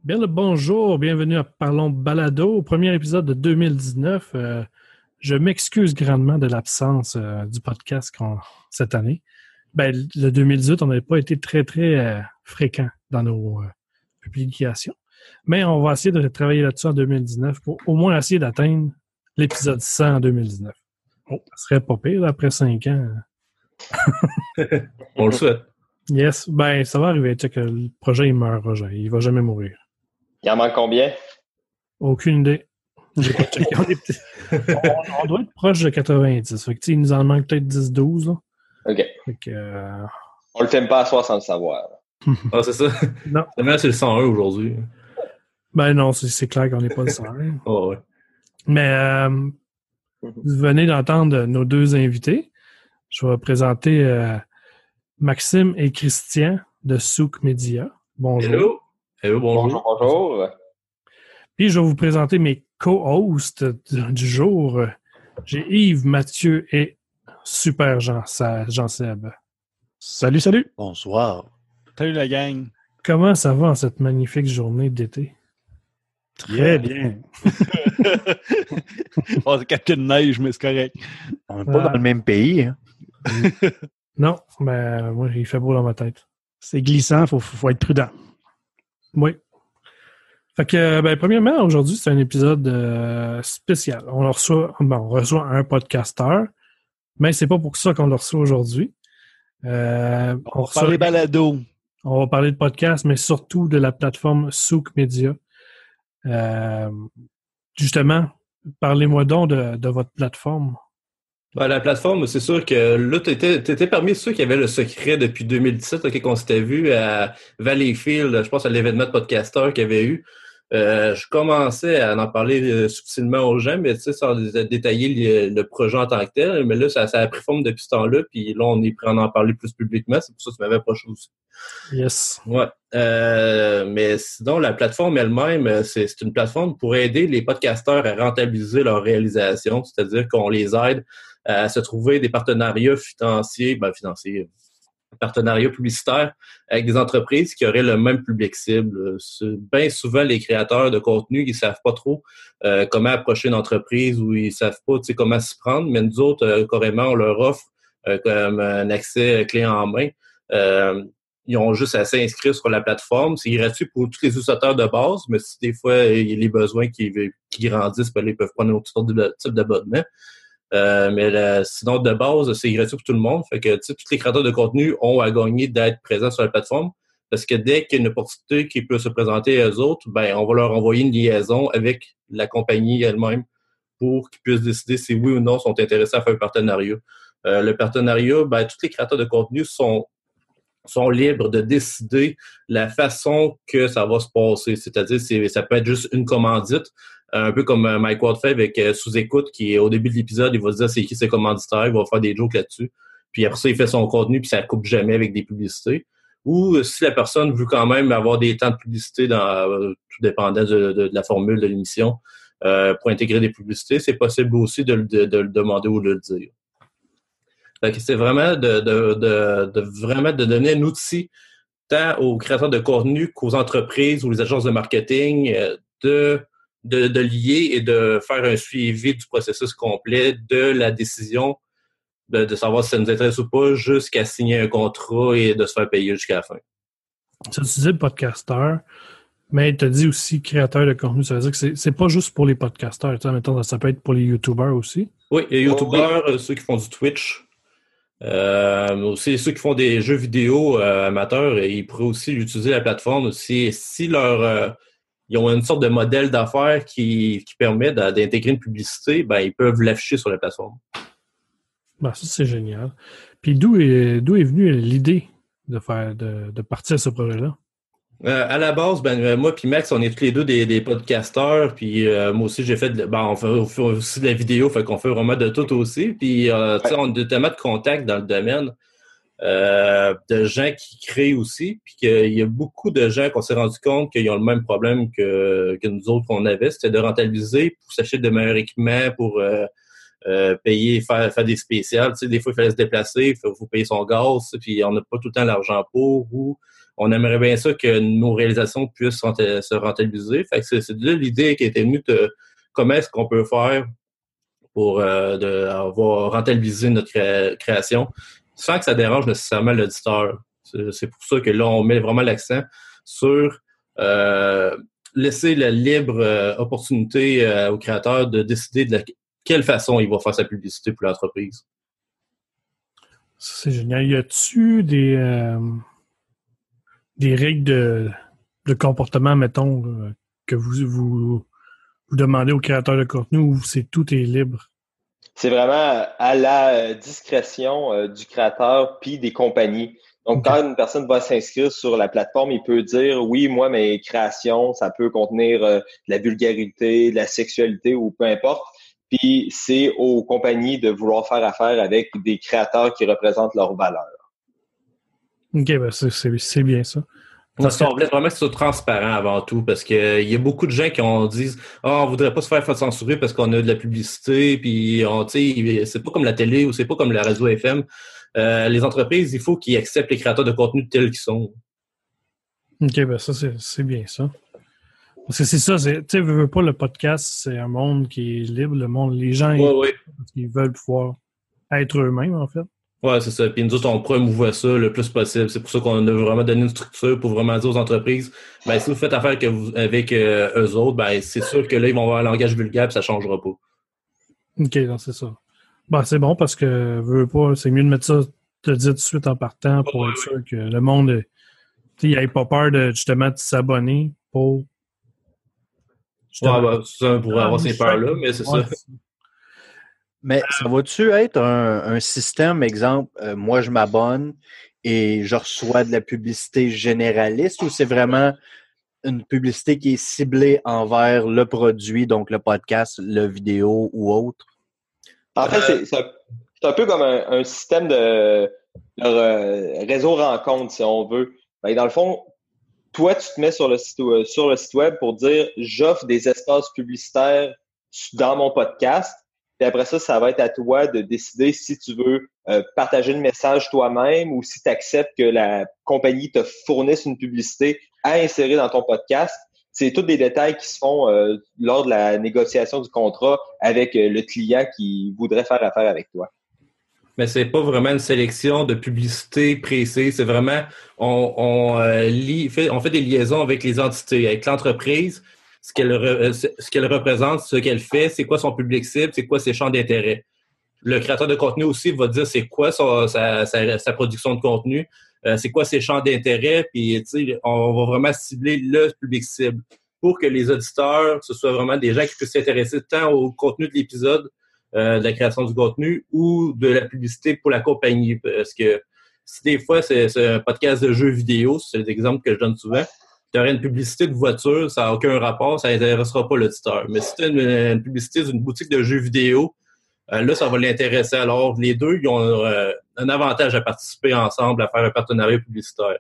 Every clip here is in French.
Bien le bonjour, bienvenue à Parlons Balado, au premier épisode de 2019. Je m'excuse grandement de l'absence du podcast cette année. Le 2018, on n'avait pas été très fréquent dans nos publications, mais on va essayer de travailler là-dessus en 2019 pour au moins essayer d'atteindre l'épisode 100 en 2019. Oh, ça serait pas pire là, après 5 ans. On le souhaite. Yes, ça va arriver. Tu sais que le projet, il meurt, Roger. Il va jamais mourir. Il en manque combien? Aucune idée. J'ai pas checké. On doit être proche de 90. Fait que, il nous en manque peut-être 10-12. Là. OK. Fait que, On le filme pas à soir sans le savoir. Ah, c'est ça. Non. C'est le 101 aujourd'hui. Non, c'est clair qu'on n'est pas le 101. Oh, ouais. Mais vous venez d'entendre nos deux invités. Je vais présenter Maxime et Christian de Souk Media. Bonjour. Hello. Hello, bonjour. Bonjour. Puis je vais vous présenter mes co-hosts du jour. J'ai Yves, Mathieu et Super Jean-Seb. Salut. Bonsoir. Salut la gang. Comment ça va en cette magnifique journée d'été? Très bien. On a quelques de neige, mais c'est correct. On n'est pas dans le même pays. Hein? Non, moi, il fait beau dans ma tête. C'est glissant, faut être prudent. Oui. Fait que, premièrement, aujourd'hui, c'est un épisode spécial. On reçoit un podcasteur, mais c'est pas pour ça qu'on le reçoit aujourd'hui. On va parler balado. On va parler de podcast, mais surtout de la plateforme Souk Media. Justement, parlez-moi donc de votre plateforme. La plateforme, c'est sûr que là, t'étais parmi ceux qui avaient le secret depuis 2017, là, quand on s'était vu à Valleyfield, je pense à l'événement de podcasteur qu'il y avait eu. Je commençais à en parler subtilement aux gens, mais tu sais, sans détailler le projet en tant que tel. Mais là, ça a pris forme depuis ce temps-là, puis là, on est prêt à en parler plus publiquement. C'est pour ça que tu m'avais approché aussi. Yes. Ouais. Mais sinon, la plateforme elle-même, c'est une plateforme pour aider les podcasteurs à rentabiliser leur réalisation, c'est-à-dire qu'on les aide à se trouver des partenariats partenariats publicitaires avec des entreprises qui auraient le même public cible. Bien souvent, les créateurs de contenu, ils savent pas trop comment approcher une entreprise ou ils savent pas comment s'y prendre, mais nous autres, carrément, on leur offre comme un accès clé en main. Ils ont juste à s'inscrire sur la plateforme. C'est gratuit pour tous les utilisateurs de base, mais si des fois, il y a les besoins qui grandissent, là, ils peuvent prendre un autre type d'abonnement. Sinon, de base, c'est gratuit pour tout le monde. Fait que tous les créateurs de contenu ont à gagner d'être présents sur la plateforme. Parce que dès qu'il y a une opportunité qui peut se présenter à eux autres, on va leur envoyer une liaison avec la compagnie elle-même pour qu'ils puissent décider si oui ou non sont intéressés à faire un partenariat. Le partenariat, tous les créateurs de contenu sont libres de décider la façon que ça va se passer. C'est-à-dire, ça peut être juste une commandite, un peu comme Mike Ward fait avec Sous-Écoute, qui au début de l'épisode, il va se dire c'est qui ses commanditaires, il va faire des jokes là-dessus. Puis après ça, il fait son contenu, puis ça coupe jamais avec des publicités. Ou si la personne veut quand même avoir des temps de publicité tout dépendant de la formule de l'émission, pour intégrer des publicités, c'est possible aussi de le demander ou de le dire. Fait que c'est vraiment vraiment de donner un outil tant aux créateurs de contenu qu'aux entreprises ou les agences de marketing de lier et de faire un suivi du processus complet de la décision de savoir si ça nous intéresse ou pas jusqu'à signer un contrat et de se faire payer jusqu'à la fin. Tu disais podcasteur, mais tu as dit aussi créateur de contenu. Ça veut dire que c'est pas juste pour les podcasteurs. Mettons, ça peut être pour les YouTubers aussi. Oui, les YouTubers, ceux qui font du Twitch. Aussi ceux qui font des jeux vidéo amateurs, ils pourraient aussi utiliser la plateforme aussi. Si ils ont une sorte de modèle d'affaires qui permet d'intégrer une publicité, ils peuvent l'afficher sur la plateforme. Ça, c'est génial. Puis d'où est venue l'idée de partir à ce projet-là? À la base, moi puis Max, on est tous les deux des podcasteurs, puis moi aussi j'ai fait on fait aussi de la vidéo, fait qu'on fait vraiment de tout aussi. Puis on a tellement de contacts dans le domaine de gens qui créent aussi, puis qu'il y a beaucoup de gens qu'on s'est rendu compte qu'ils ont le même problème que nous autres qu'on avait, c'était de rentabiliser pour s'acheter de meilleurs équipements, pour payer, faire des spéciales. Tu sais, des fois, il fallait se déplacer, il faut payer son gaz, puis on n'a pas tout le temps l'argent pour, ou on aimerait bien ça que nos réalisations puissent se rentabiliser. Fait que c'est là l'idée qui était venue de comment est-ce qu'on peut faire pour avoir rentabiliser notre création sans que ça dérange nécessairement l'auditeur. C'est pour ça que là, on met vraiment l'accent sur laisser la libre opportunité au créateur de décider de quelle façon il va faire sa publicité pour l'entreprise. C'est génial. Y a-tu des règles de comportement, mettons, que vous demandez aux créateurs de contenu ou tout est libre? C'est vraiment à la discrétion du créateur puis des compagnies. Donc, quand une personne va s'inscrire sur la plateforme, il peut dire, oui, moi, mes créations, ça peut contenir de la vulgarité, de la sexualité ou peu importe. Puis, c'est aux compagnies de vouloir faire affaire avec des créateurs qui représentent leurs valeurs. OK, ben c'est bien ça. Parce qu'on voulait vraiment que ce soit transparent avant tout, parce que il y a beaucoup de gens qui disent on voudrait pas se faire censurer parce qu'on a de la publicité, puis c'est pas comme la télé ou c'est pas comme la radio FM. Les entreprises, il faut qu'ils acceptent les créateurs de contenu tels qu'ils sont. OK, ben ça, c'est bien ça. Parce que c'est ça, tu sais, veux pas, le podcast, c'est un monde qui est libre, le monde, les gens, ils veulent pouvoir être eux-mêmes, en fait. Ouais, c'est ça. Puis nous autres, on promouvoit ça le plus possible. C'est pour ça qu'on a vraiment donné une structure pour vraiment dire aux entreprises, ben si vous faites affaire avec eux autres, ben c'est sûr que là, ils vont avoir un langage vulgaire et ça changera pas. OK, donc c'est ça. Ben, c'est bon parce que veux pas, c'est mieux de mettre ça, te dire tout de suite en partant pour être sûr que le monde, il n'ait pas peur de justement de s'abonner pour. Ouais, ben, ça pourrait avoir ces peurs-là, mais c'est ça. Mais ça va-tu être un système, exemple, moi je m'abonne et je reçois de la publicité généraliste ou c'est vraiment une publicité qui est ciblée envers le produit, donc le podcast, le vidéo ou autre? En fait, c'est un peu comme un système de réseau rencontre, si on veut. Ben, dans le fond, toi, tu te mets sur le site web pour dire « J'offre des espaces publicitaires dans mon podcast ». Puis après ça, ça va être à toi de décider si tu veux partager le message toi-même ou si tu acceptes que la compagnie te fournisse une publicité à insérer dans ton podcast. C'est tous des détails qui se font lors de la négociation du contrat avec le client qui voudrait faire affaire avec toi. Mais c'est pas vraiment une sélection de publicité précise. C'est vraiment, on fait des liaisons avec les entités, avec l'entreprise, ce qu'elle représente, ce qu'elle fait, c'est quoi son public cible, c'est quoi ses champs d'intérêt. Le créateur de contenu aussi va dire c'est quoi sa production de contenu, c'est quoi ses champs d'intérêt, puis on va vraiment cibler le public cible pour que les auditeurs, ce soit vraiment des gens qui puissent s'intéresser tant au contenu de l'épisode, de la création du contenu ou de la publicité pour la compagnie. Parce que si des fois c'est un podcast de jeux vidéo, c'est l'exemple que je donne souvent, tu aurais une publicité de voiture, ça n'a aucun rapport, ça n'intéressera pas l'auditeur. Mais si tu as une publicité d'une boutique de jeux vidéo, là, ça va l'intéresser. Alors, les deux, ils ont un avantage à participer ensemble, à faire un partenariat publicitaire.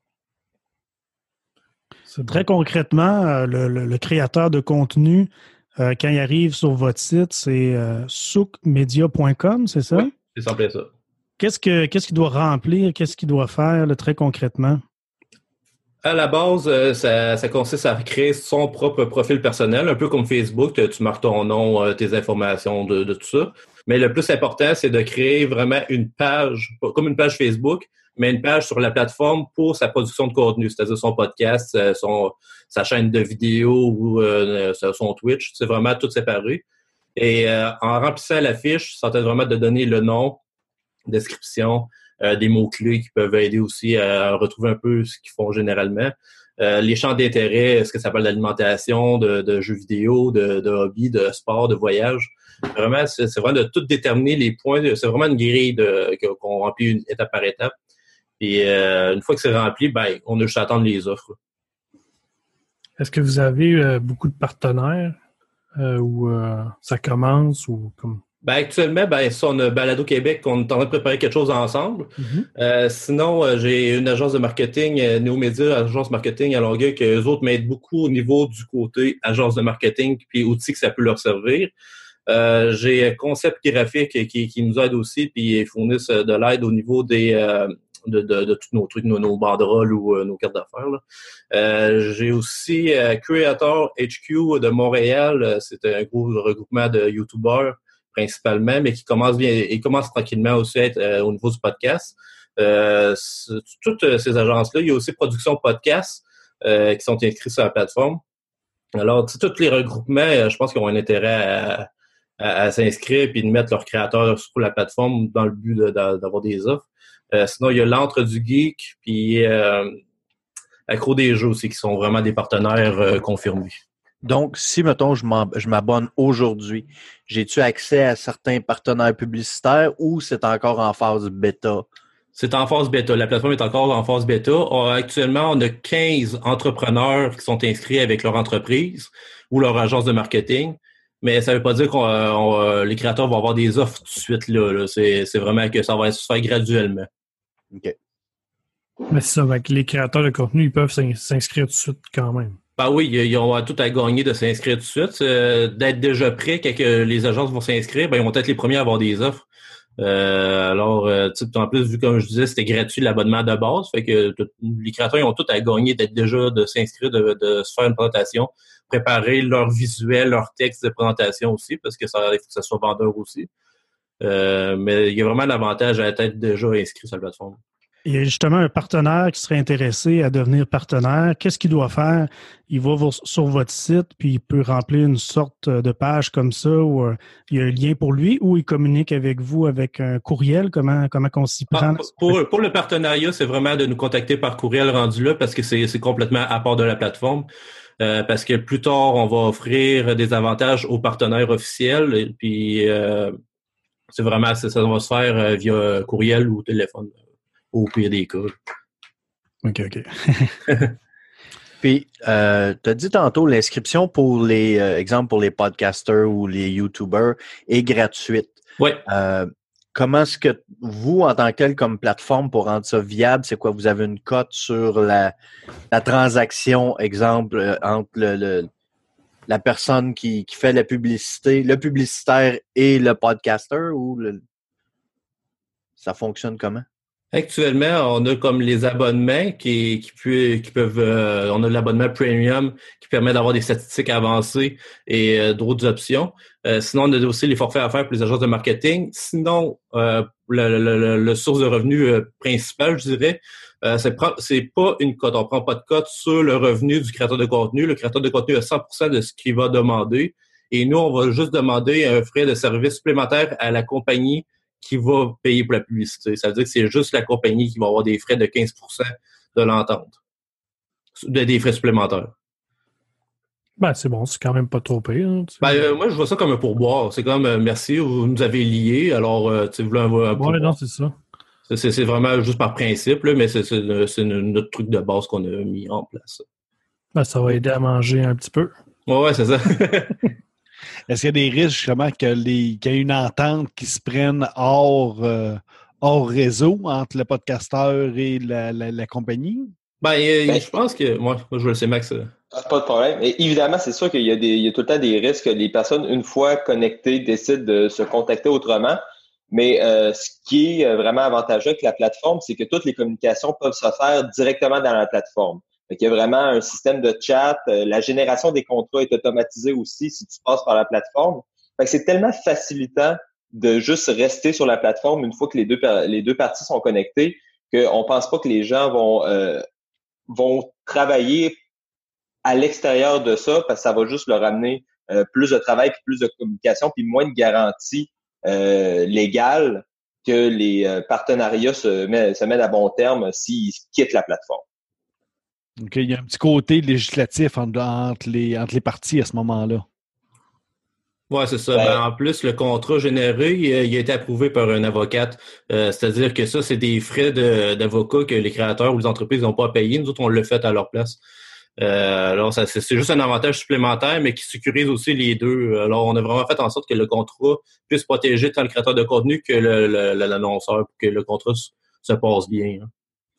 C'est très concrètement, le créateur de contenu, quand il arrive sur votre site, c'est soukmedia.com, c'est ça? Oui, c'est simple ça. Qu'est-ce qu'il doit remplir? Qu'est-ce qu'il doit faire là, très concrètement? À la base, ça consiste à créer son propre profil personnel, un peu comme Facebook. Tu marques ton nom, tes informations de tout ça. Mais le plus important, c'est de créer vraiment une page, comme une page Facebook, mais une page sur la plateforme pour sa production de contenu, c'est-à-dire son podcast, sa chaîne de vidéo ou son Twitch. C'est vraiment tout séparé. Et en remplissant la fiche, ça t'aide vraiment de donner le nom, description, des mots-clés qui peuvent aider aussi à retrouver un peu ce qu'ils font généralement. Les champs d'intérêt, est-ce que ça parle d'alimentation, de jeux vidéo, de hobby, de sport, de voyage? Vraiment, c'est vraiment de tout déterminer les points. C'est vraiment une grille qu'on remplit une étape par étape. Et une fois que c'est rempli, ben, on a juste à attendre les offres. Est-ce que vous avez beaucoup de partenaires ou ça commence ou comme... Ben, actuellement, on a Balado Québec, on est en train de préparer quelque chose ensemble. Mm-hmm. Sinon, j'ai une agence de marketing, Néomédia, agence marketing à Longueuil, que eux autres m'aident beaucoup au niveau du côté agence de marketing puis outils que ça peut leur servir. J'ai Concept Graphique qui nous aide aussi, puis ils fournissent de l'aide au niveau des de tous nos trucs, nos banderoles ou nos cartes d'affaires. J'ai aussi Creator HQ de Montréal. C'est un gros regroupement de YouTubers principalement, mais qui commence tranquillement aussi à être au niveau du podcast. Toutes ces agences-là, il y a aussi Production Podcast qui sont inscrits sur la plateforme. Alors, tous les regroupements, je pense qu'ils ont un intérêt à s'inscrire et de mettre leurs créateurs sur la plateforme dans le but d'avoir des offres. Sinon, il y a l'Antre du Geek puis Accro des Jeux aussi, qui sont vraiment des partenaires confirmés. Donc, si, mettons, je m'abonne aujourd'hui, j'ai-tu accès à certains partenaires publicitaires ou c'est encore en phase bêta? C'est en phase bêta. La plateforme est encore en phase bêta. Actuellement, on a 15 entrepreneurs qui sont inscrits avec leur entreprise ou leur agence de marketing. Mais ça ne veut pas dire que les créateurs vont avoir des offres tout de suite là. C'est vraiment que ça va se faire graduellement. OK. Mais c'est ça, les créateurs de contenu, ils peuvent s'inscrire tout de suite quand même. Ben oui, ils ont tout à gagner de s'inscrire tout de suite. D'être déjà prêts quand les agences vont s'inscrire, ils vont être les premiers à avoir des offres. Alors, en plus, vu comme je disais, c'était gratuit l'abonnement de base, fait que les créateurs ils ont tout à gagner de s'inscrire, de se faire une présentation, préparer leur visuel, leur texte de présentation aussi, parce que il faut que ça soit vendeur aussi. Mais il y a vraiment l'avantage à être déjà inscrit sur la plateforme. Il y a justement un partenaire qui serait intéressé à devenir partenaire. Qu'est-ce qu'il doit faire? Il va sur votre site, puis il peut remplir une sorte de page comme ça où il y a un lien pour lui, ou il communique avec vous avec un courriel. Comment on s'y prend? Pour le partenariat, c'est vraiment de nous contacter par courriel rendu là, parce que c'est complètement à part de la plateforme. Parce que plus tard, on va offrir des avantages aux partenaires officiels. Et puis, c'est vraiment, ça va se faire via courriel ou téléphone. Au pire des cas. OK. Puis, tu as dit tantôt, l'inscription pour exemple pour les podcasters ou les YouTubers est gratuite. Oui. Comment est-ce que vous, en tant que tel, comme plateforme, pour rendre ça viable, c'est quoi? Vous avez une cote sur la transaction, exemple, entre la personne qui fait la publicité, le publicitaire et le podcaster, ou ça fonctionne comment? Actuellement, on a comme les abonnements qui peuvent. On a l'abonnement premium qui permet d'avoir des statistiques avancées et d'autres options. Sinon, on a aussi les forfaits à faire pour les agences de marketing. Sinon, le source de revenus principal, je dirais, c'est pas une cote. On prend pas de cote sur le revenu du créateur de contenu. Le créateur de contenu a 100% de ce qu'il va demander. Et nous, on va juste demander un frais de service supplémentaire à la compagnie qui va payer pour la publicité. Ça veut dire que c'est juste la compagnie qui va avoir des frais de 15% de l'entente, des frais supplémentaires. C'est bon, c'est quand même pas trop pire. Hein, moi, je vois ça comme un pourboire. C'est comme merci, vous nous avez liés, alors vous voulez un pourboire. Oui, non, c'est ça. C'est vraiment juste par principe, là, mais c'est notre truc de base qu'on a mis en place. Ça va aider à manger un petit peu. Ouais, c'est ça. Est-ce qu'il y a des risques justement qu'il y ait une entente qui se prenne hors réseau entre le podcasteur et la compagnie? Je pense que moi, je le sais, Max. Pas de problème. Et évidemment, c'est sûr qu'il y a tout le temps des risques que les personnes, une fois connectées, décident de se contacter autrement. Mais ce qui est vraiment avantageux avec la plateforme, c'est que toutes les communications peuvent se faire directement dans la plateforme. Il y a vraiment un système de chat. La génération des contrats est automatisée aussi si tu passes par la plateforme. C'est tellement facilitant de juste rester sur la plateforme une fois que les deux parties sont connectées qu'on pense pas que les gens vont travailler à l'extérieur de ça parce que ça va juste leur amener plus de travail puis plus de communication puis moins de garanties légales que les partenariats se mettent à bon terme s'ils quittent la plateforme. OK, il y a un petit côté législatif entre les parties à ce moment-là. Oui, c'est ça. En plus, le contrat généré, il a été approuvé par un avocate. C'est-à-dire que ça, c'est des frais d'avocat que les créateurs ou les entreprises n'ont pas à payer. Nous autres, on l'a fait à leur place. Alors, c'est juste un avantage supplémentaire, mais qui sécurise aussi les deux. Alors, on a vraiment fait en sorte que le contrat puisse protéger tant le créateur de contenu que l'annonceur pour que le contrat se passe bien. Hein.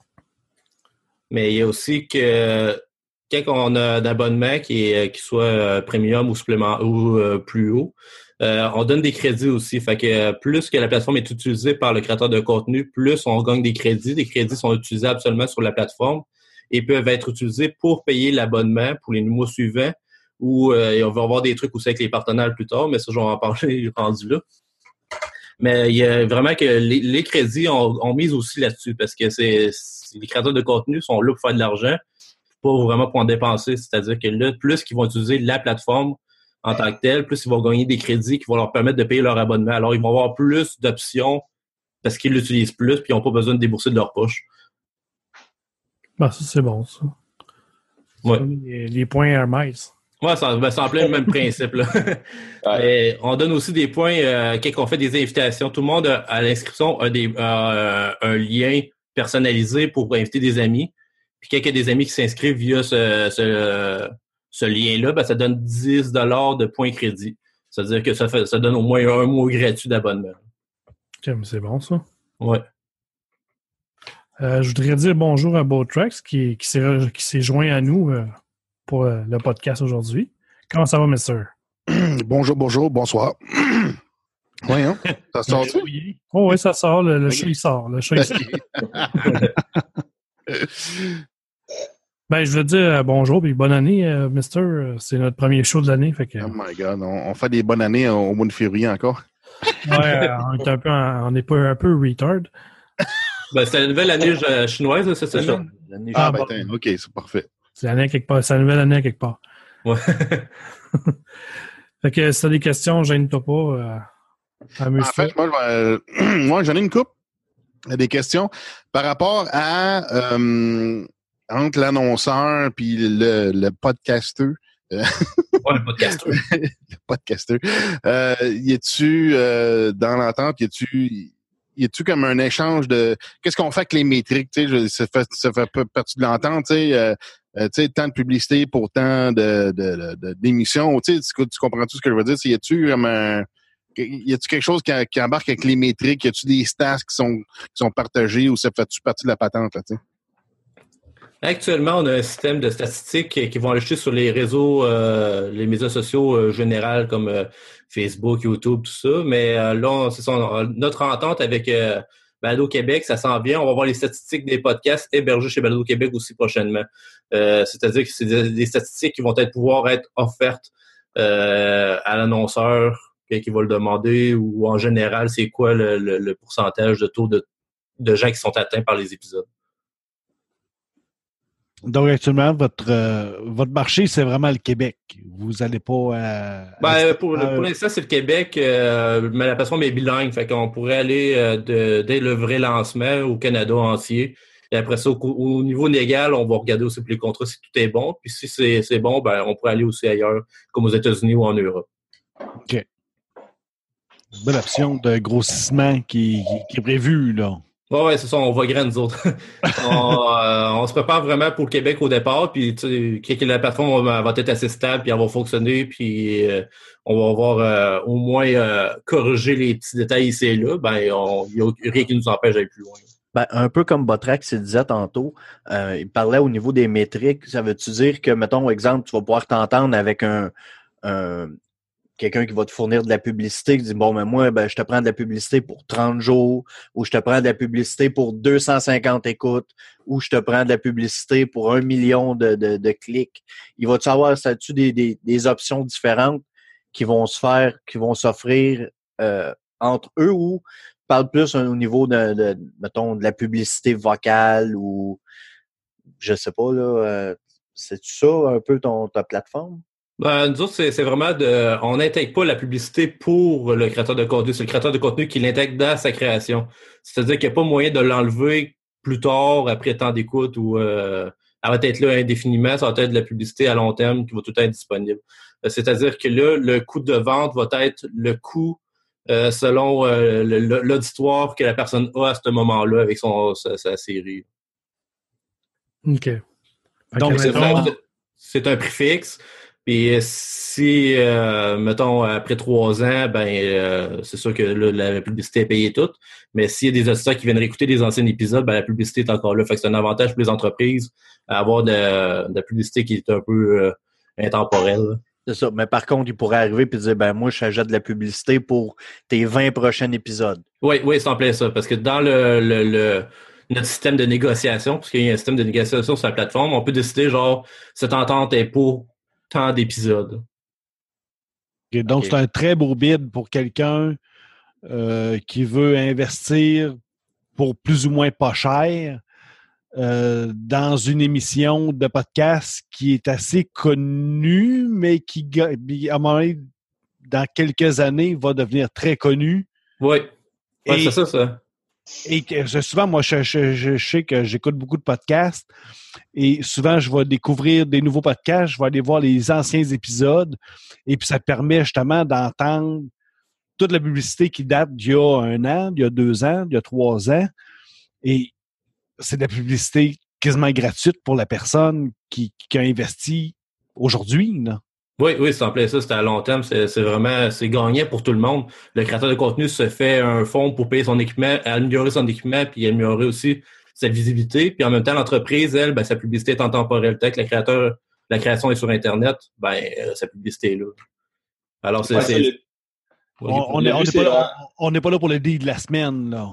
Mais il y a aussi que quand on a un abonnement qui soit premium ou supplément ou plus haut, On donne des crédits aussi. Fait que plus que la plateforme est utilisée par le créateur de contenu, plus on gagne des crédits. Les crédits sont utilisables seulement sur la plateforme et peuvent être utilisés pour payer l'abonnement pour les mois suivants. Ou on va avoir des trucs aussi avec les partenaires plus tard, mais ça, je vais en parler rendu là. Mais il y a vraiment que les crédits ont mise aussi là-dessus parce que les créateurs de contenu sont là pour faire de l'argent, pas vraiment pour en dépenser. C'est-à-dire que là, plus qu'ils vont utiliser la plateforme en tant que telle, plus ils vont gagner des crédits qui vont leur permettre de payer leur abonnement. Alors, ils vont avoir plus d'options parce qu'ils l'utilisent plus puis ils n'ont pas besoin de débourser de leur poche. Ben, ça, c'est bon, ça. Ouais. Les points Hermès. Ouais, c'est en plein le même principe, là. Ouais. Mais on donne aussi des points quand on fait des invitations. Tout le monde à l'inscription a un lien personnalisé pour inviter des amis. Puis quand il y a des amis qui s'inscrivent via ce lien-là, ben, ça donne 10 $ de points crédit. C'est-à-dire que ça donne au moins un mois gratuit d'abonnement. OK, mais c'est bon, ça. Ouais. Je voudrais dire bonjour à Beautrax qui s'est joint à nous pour le podcast aujourd'hui. Comment ça va, Mister? Bonjour, bonsoir. Oui, hein? Ça sort-tu? Oh, oui, ça sort. Le chat, il sort. Le chat, il sort. Ben, je veux dire bonjour et bonne année, Mister. C'est notre premier show de l'année. Fait que... Oh my God, on fait des bonnes années au mois de février encore. Ouais, on est pas un peu retard. Ben, c'est la nouvelle année chinoise, ça, c'est ça? Ah, ben, OK, c'est parfait. C'est l'année quelque part. C'est la nouvelle année quelque part. Ouais. Fait que si t'as des questions, gêne-toi pas. Amuse-toi. En fait, moi, j'en ai une couple. Des questions par rapport à entre l'annonceur puis le podcasteur. Ouais, le podcasteur. Le podcasteur. Y a-tu dans l'entente, y a-tu comme un échange de qu'est-ce qu'on fait avec les métriques, tu sais, ça fait partie de l'entente, tu sais, tant de publicité pour tant d'émissions, tu sais, tu comprends tout ce que je veux dire? Y a-tu comme y a-tu quelque chose qui embarque avec les métriques? Y a-tu des stats qui sont partagés ou ça fait-tu partie de la patente, là, tu sais? Actuellement, on a un système de statistiques qui vont aller sur les réseaux, les médias sociaux généraux comme Facebook, YouTube, tout ça. Mais là, c'est ça, notre entente avec Balado Québec, ça s'en vient. On va voir les statistiques des podcasts hébergés chez Balado Québec aussi prochainement. C'est-à-dire que c'est des statistiques qui vont pouvoir être offertes à l'annonceur qui va le demander ou en général, c'est quoi le pourcentage de taux de gens qui sont atteints par les épisodes. Donc, actuellement, votre marché, c'est vraiment le Québec. Vous n'allez pas... pour l'instant, c'est le Québec, mais la plateforme est bilingue. Fait qu'on pourrait aller dès le vrai lancement au Canada entier. Et après ça, au niveau légal, on va regarder aussi pour les contrats si tout est bon. Puis si c'est bon, ben on pourrait aller aussi ailleurs, comme aux États-Unis ou en Europe. OK. Une bonne option de grossissement qui est prévue, là. Ouais, c'est ça, on va grand, nous autres. on se prépare vraiment pour le Québec au départ, puis la plateforme va être assez stable, puis elle va fonctionner, puis on va avoir au moins corrigé les petits détails ici et là. Ben, il n'y a rien qui nous empêche d'aller plus loin. Ben, un peu comme Beautrax disait tantôt, il parlait au niveau des métriques. Ça veut-tu dire que, mettons, exemple, tu vas pouvoir t'entendre avec quelqu'un qui va te fournir de la publicité, qui dit, bon, mais moi, je te prends de la publicité pour 30 jours, ou je te prends de la publicité pour 250 écoutes, ou je te prends de la publicité pour 1 million de clics. Il va-tu avoir, ça-tu des options différentes qui vont s'offrir entre eux, ou parle plus au niveau mettons, de la publicité vocale, ou je sais pas, là, c'est-tu ça un peu ta plateforme? Ben, nous autres, c'est vraiment on n'intègre pas la publicité pour le créateur de contenu. C'est le créateur de contenu qui l'intègre dans sa création. C'est-à-dire qu'il n'y a pas moyen de l'enlever plus tard, après tant d'écoute, ou elle va être là indéfiniment. Ça va être de la publicité à long terme qui va tout être disponible. C'est-à-dire que là, le coût de vente va être le coût selon l'auditoire que la personne a à ce moment-là avec sa série. OK. Donc, c'est un prix fixe. Puis si, mettons, après 3 ans, c'est sûr que là, la publicité est payée toute. Mais s'il y a des auditeurs qui viennent réécouter des anciens épisodes, la publicité est encore là. Fait que c'est un avantage pour les entreprises à avoir de la publicité qui est un peu intemporelle. C'est ça. Mais par contre, il pourrait arriver et dire, ben moi, je t'achète de la publicité pour tes 20 prochains épisodes. Oui, c'est en plein ça. Parce que dans notre système de négociation, parce qu'il y a un système de négociation sur la plateforme, on peut décider, genre, cette entente est pour tant d'épisodes. Okay, donc, c'est un très beau bid pour quelqu'un qui veut investir pour plus ou moins pas cher dans une émission de podcast qui est assez connue, mais qui, à un moment donné, dans quelques années, va devenir très connue. Oui, c'est ça. Et souvent, moi, je sais que j'écoute beaucoup de podcasts et souvent, je vais découvrir des nouveaux podcasts, je vais aller voir les anciens épisodes et puis ça permet justement d'entendre toute la publicité qui date d'il y a 1 an, d'il y a 2 ans, d'il y a 3 ans. Et c'est de la publicité quasiment gratuite pour la personne qui a investi aujourd'hui, là. Oui, c'est en plein ça. C'est à long terme. C'est vraiment, c'est gagnant pour tout le monde. Le créateur de contenu se fait un fonds pour payer son équipement, améliorer son équipement, puis améliorer aussi sa visibilité. Puis en même temps, l'entreprise, elle, ben, sa publicité est en temporel. Tant que la création est sur Internet, ben, sa publicité est là. Alors, on n'est pas là pour le deal de la semaine, là.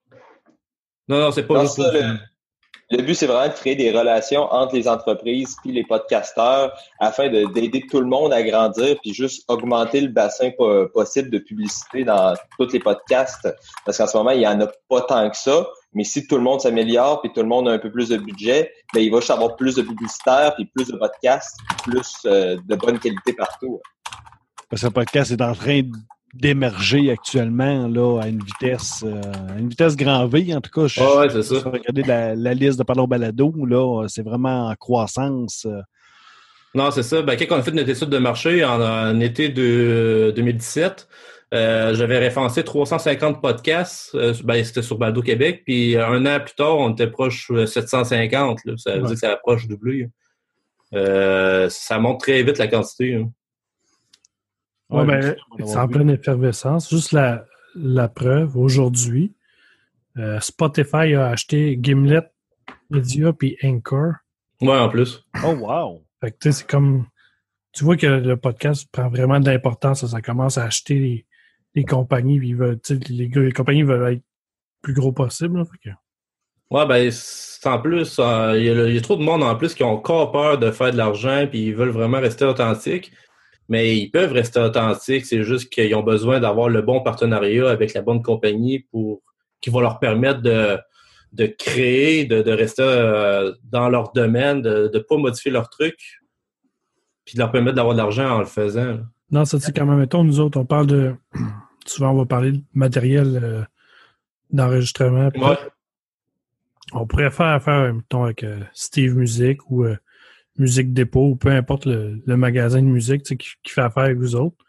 Non, c'est pas juste pour Le but, c'est vraiment de créer des relations entre les entreprises et les podcasteurs afin d'aider tout le monde à grandir puis juste augmenter le bassin possible de publicité dans tous les podcasts. Parce qu'en ce moment, il n'y en a pas tant que ça. Mais si tout le monde s'améliore puis tout le monde a un peu plus de budget, ben il va juste avoir plus de publicitaires puis plus de podcasts, plus de bonne qualité partout. Parce que le podcast est en train d'émerger actuellement là, à une vitesse grand V. En tout cas, c'est ça. Regardez la liste de Parlons Balado, là, c'est vraiment en croissance. Non, c'est ça. Ben, quand on a fait notre étude de marché en été de 2017, j'avais référencé 350 podcasts. C'était sur Balado Québec. Puis 1 an plus tard, on était proche 750. Là. Ça veut dire que ça approche doublé. Ça monte très vite la quantité. Hein. Oui, ben, c'est en pleine effervescence. Juste la preuve, aujourd'hui, Spotify a acheté Gimlet Media puis Anchor. Ouais, en plus. Oh, wow! Fait que, tu sais, c'est comme... Tu vois que le podcast prend vraiment de l'importance. Ça commence à acheter les compagnies. Puis les compagnies veulent être plus gros possible. Là, fait que... Ouais, ben, en plus, il y a trop de monde en plus qui ont encore peur de faire de l'argent puis ils veulent vraiment rester authentiques. Mais ils peuvent rester authentiques, c'est juste qu'ils ont besoin d'avoir le bon partenariat avec la bonne compagnie qui va leur permettre de créer, de rester dans leur domaine, de ne pas modifier leur truc, puis de leur permettre d'avoir de l'argent en le faisant. Non, ça, c'est quand même, mettons, nous autres, on parle de... Souvent, on va parler de matériel d'enregistrement. Ouais. On pourrait faire affaire, mettons, avec Steve Music ou... Musique Dépôt, ou peu importe le magasin de musique qui fait affaire avec vous autres.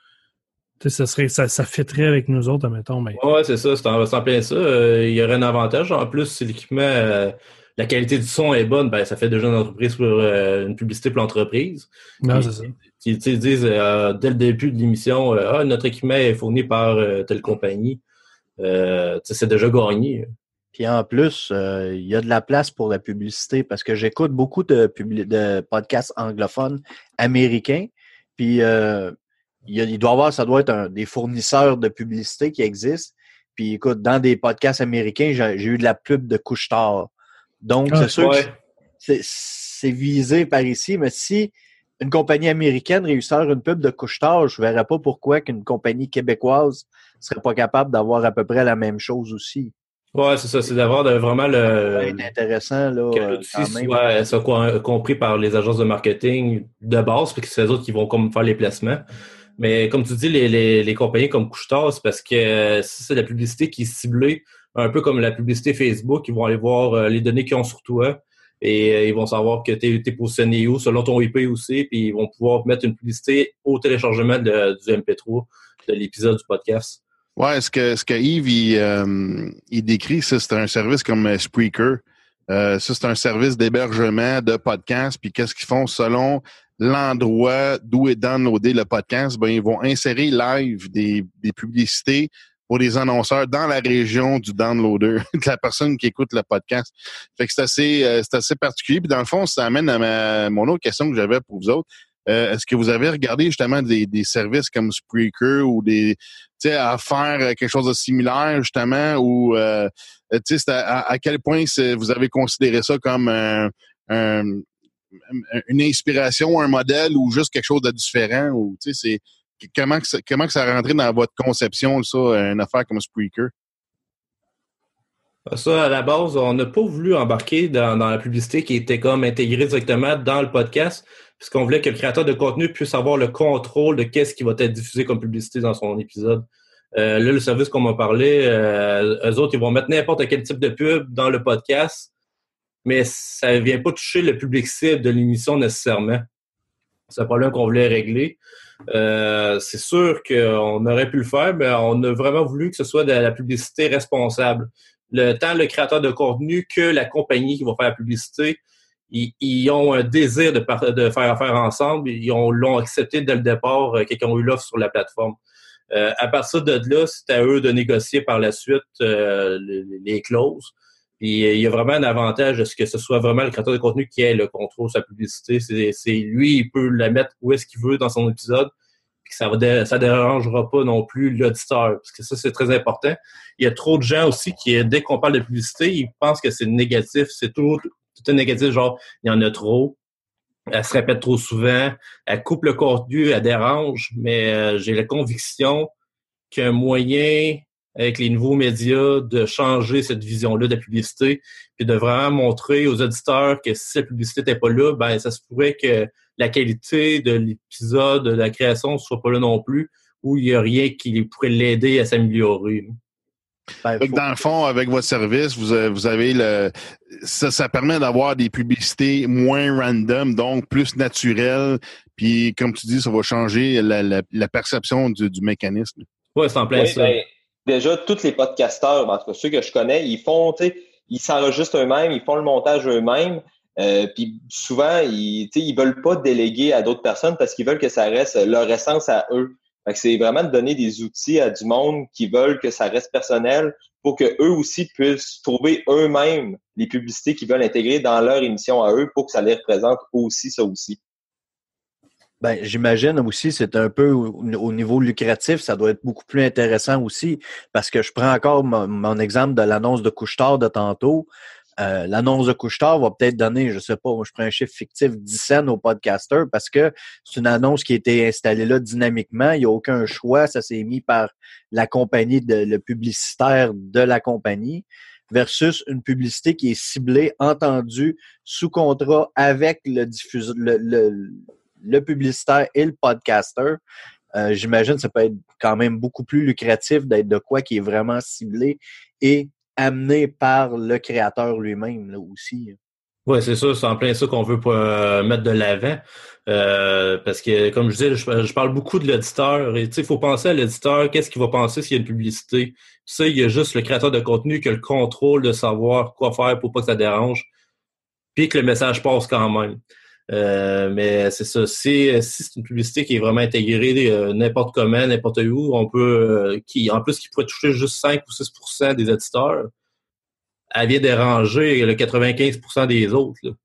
Ça fitterait avec nous autres, admettons. Mais... Oui, c'est ça, c'est en plein ça. Il y aurait un avantage. En plus, si l'équipement, la qualité du son est bonne, ben ça fait déjà une entreprise pour une publicité pour l'entreprise. Non, c'est ça. Ils disent dès le début de l'émission, notre équipement est fourni par telle compagnie. C'est déjà gagné. Puis en plus, il y a de la place pour la publicité parce que j'écoute beaucoup de podcasts anglophones américains. Puis il doit y avoir, ça doit être des fournisseurs de publicité qui existent. Puis écoute, dans des podcasts américains, j'ai eu de la pub de couche-tard. Donc, c'est sûr que c'est visé par ici, mais si une compagnie américaine réussit à faire une pub de couche-tard, je ne verrais pas pourquoi qu'une compagnie québécoise ne serait pas capable d'avoir à peu près la même chose aussi. Ouais, c'est ça, c'est d'avoir vraiment ça va être intéressant, là. Que l'outil soit compris par les agences de marketing de base, puis que c'est eux autres qui vont comme faire les placements. Mais comme tu dis, les compagnies comme Couche-Tard, c'est parce que c'est la publicité qui est ciblée, un peu comme la publicité Facebook. Ils vont aller voir les données qu'ils ont sur toi et ils vont savoir que tu es positionné où, selon ton IP aussi, puis ils vont pouvoir mettre une publicité au téléchargement du MP3 de l'épisode du podcast. Ouais, ce que Yves il décrit, ça, c'est un service comme Spreaker. Ça, c'est un service d'hébergement de podcasts. Puis qu'est-ce qu'ils font selon l'endroit d'où est downloadé le podcast? Ben, ils vont insérer live des publicités pour les annonceurs dans la région du downloader, de la personne qui écoute le podcast. Fait que c'est assez particulier. Puis dans le fond, ça amène à mon autre question que j'avais pour vous autres. Est-ce que vous avez regardé justement des services comme Spreaker ou à faire quelque chose de similaire justement ou à quel point vous avez considéré ça comme une inspiration, un modèle ou juste quelque chose de différent ou c'est comment que ça rentrait dans votre conception ça, une affaire comme Spreaker? Ça, à la base, on n'a pas voulu embarquer dans la publicité qui était comme intégrée directement dans le podcast, puisqu'on voulait que le créateur de contenu puisse avoir le contrôle de qu'est-ce qui va être diffusé comme publicité dans son épisode. Là, le service qu'on m'a parlé, eux autres, ils vont mettre n'importe quel type de pub dans le podcast, mais ça ne vient pas toucher le public cible de l'émission nécessairement. C'est un problème qu'on voulait régler. C'est sûr qu'on aurait pu le faire, mais on a vraiment voulu que ce soit de la publicité responsable. Tant le créateur de contenu que la compagnie qui va faire la publicité, ils ont un désir de faire affaire ensemble. Ils l'ont accepté dès le départ quand ils ont eu l'offre sur la plateforme. À partir de là, c'est à eux de négocier par la suite les clauses. Puis il y a vraiment un avantage de ce que ce soit vraiment le créateur de contenu qui ait le contrôle sur sa publicité. C'est lui, il peut la mettre où est-ce qu'il veut dans son épisode. Puis ça dérangera pas non plus l'auditeur, parce que ça, c'est très important. Il y a trop de gens aussi qui, dès qu'on parle de publicité, ils pensent que c'est négatif. C'est tout un négatif, genre, il y en a trop, elle se répète trop souvent, elle coupe le contenu, elle dérange, mais j'ai la conviction qu'un moyen, avec les nouveaux médias, de changer cette vision-là de la publicité, puis de vraiment montrer aux auditeurs que si la publicité n'était pas là, ben ça se pourrait que la qualité de l'épisode, de la création ne soit pas là non plus, ou il n'y a rien qui pourrait l'aider à s'améliorer. Dans le fond, avec votre service, vous avez ça permet d'avoir des publicités moins random, donc plus naturelles, puis comme tu dis, ça va changer la perception du mécanisme. Oui, c'est en plein ça. Ben, déjà, tous les podcasteurs, en tout cas ceux que je connais, ils s'enregistrent eux-mêmes, ils font le montage eux-mêmes. Puis souvent, ils veulent pas déléguer à d'autres personnes parce qu'ils veulent que ça reste leur essence à eux. Fait que c'est vraiment de donner des outils à du monde qui veulent que ça reste personnel pour que eux aussi puissent trouver eux-mêmes les publicités qu'ils veulent intégrer dans leur émission à eux pour que ça les représente aussi, ça aussi. Ben, j'imagine aussi, c'est un peu au niveau lucratif, ça doit être beaucoup plus intéressant aussi, parce que je prends encore mon exemple de l'annonce de Couche-Tard de tantôt. L'annonce de Couche-Tard va peut-être donner, je sais pas, moi je prends un chiffre fictif, 10 cents aux podcasters parce que c'est une annonce qui a été installée là dynamiquement. Il n'y a aucun choix. Ça s'est mis par la compagnie, le publicitaire de la compagnie versus une publicité qui est ciblée, entendue, sous contrat avec le diffuseur, le publicitaire et le podcaster. J'imagine que ça peut être quand même beaucoup plus lucratif d'être de quoi qui est vraiment ciblé et amené par le créateur lui-même là aussi. Oui, c'est ça, c'est en plein ça qu'on veut mettre de l'avant. Parce que, comme je disais, je parle beaucoup de l'auditeur. Et tu sais, il faut penser à l'auditeur, qu'est-ce qu'il va penser s'il y a une publicité. Tu sais, il y a juste le créateur de contenu qui a le contrôle de savoir quoi faire pour pas que ça dérange, puis que le message passe quand même. Mais c'est ça, si c'est une publicité qui est vraiment intégrée n'importe comment, n'importe où, on peut qui pourrait toucher juste 5 ou 6% des auditeurs, elle vient déranger le 95% des autres. Là.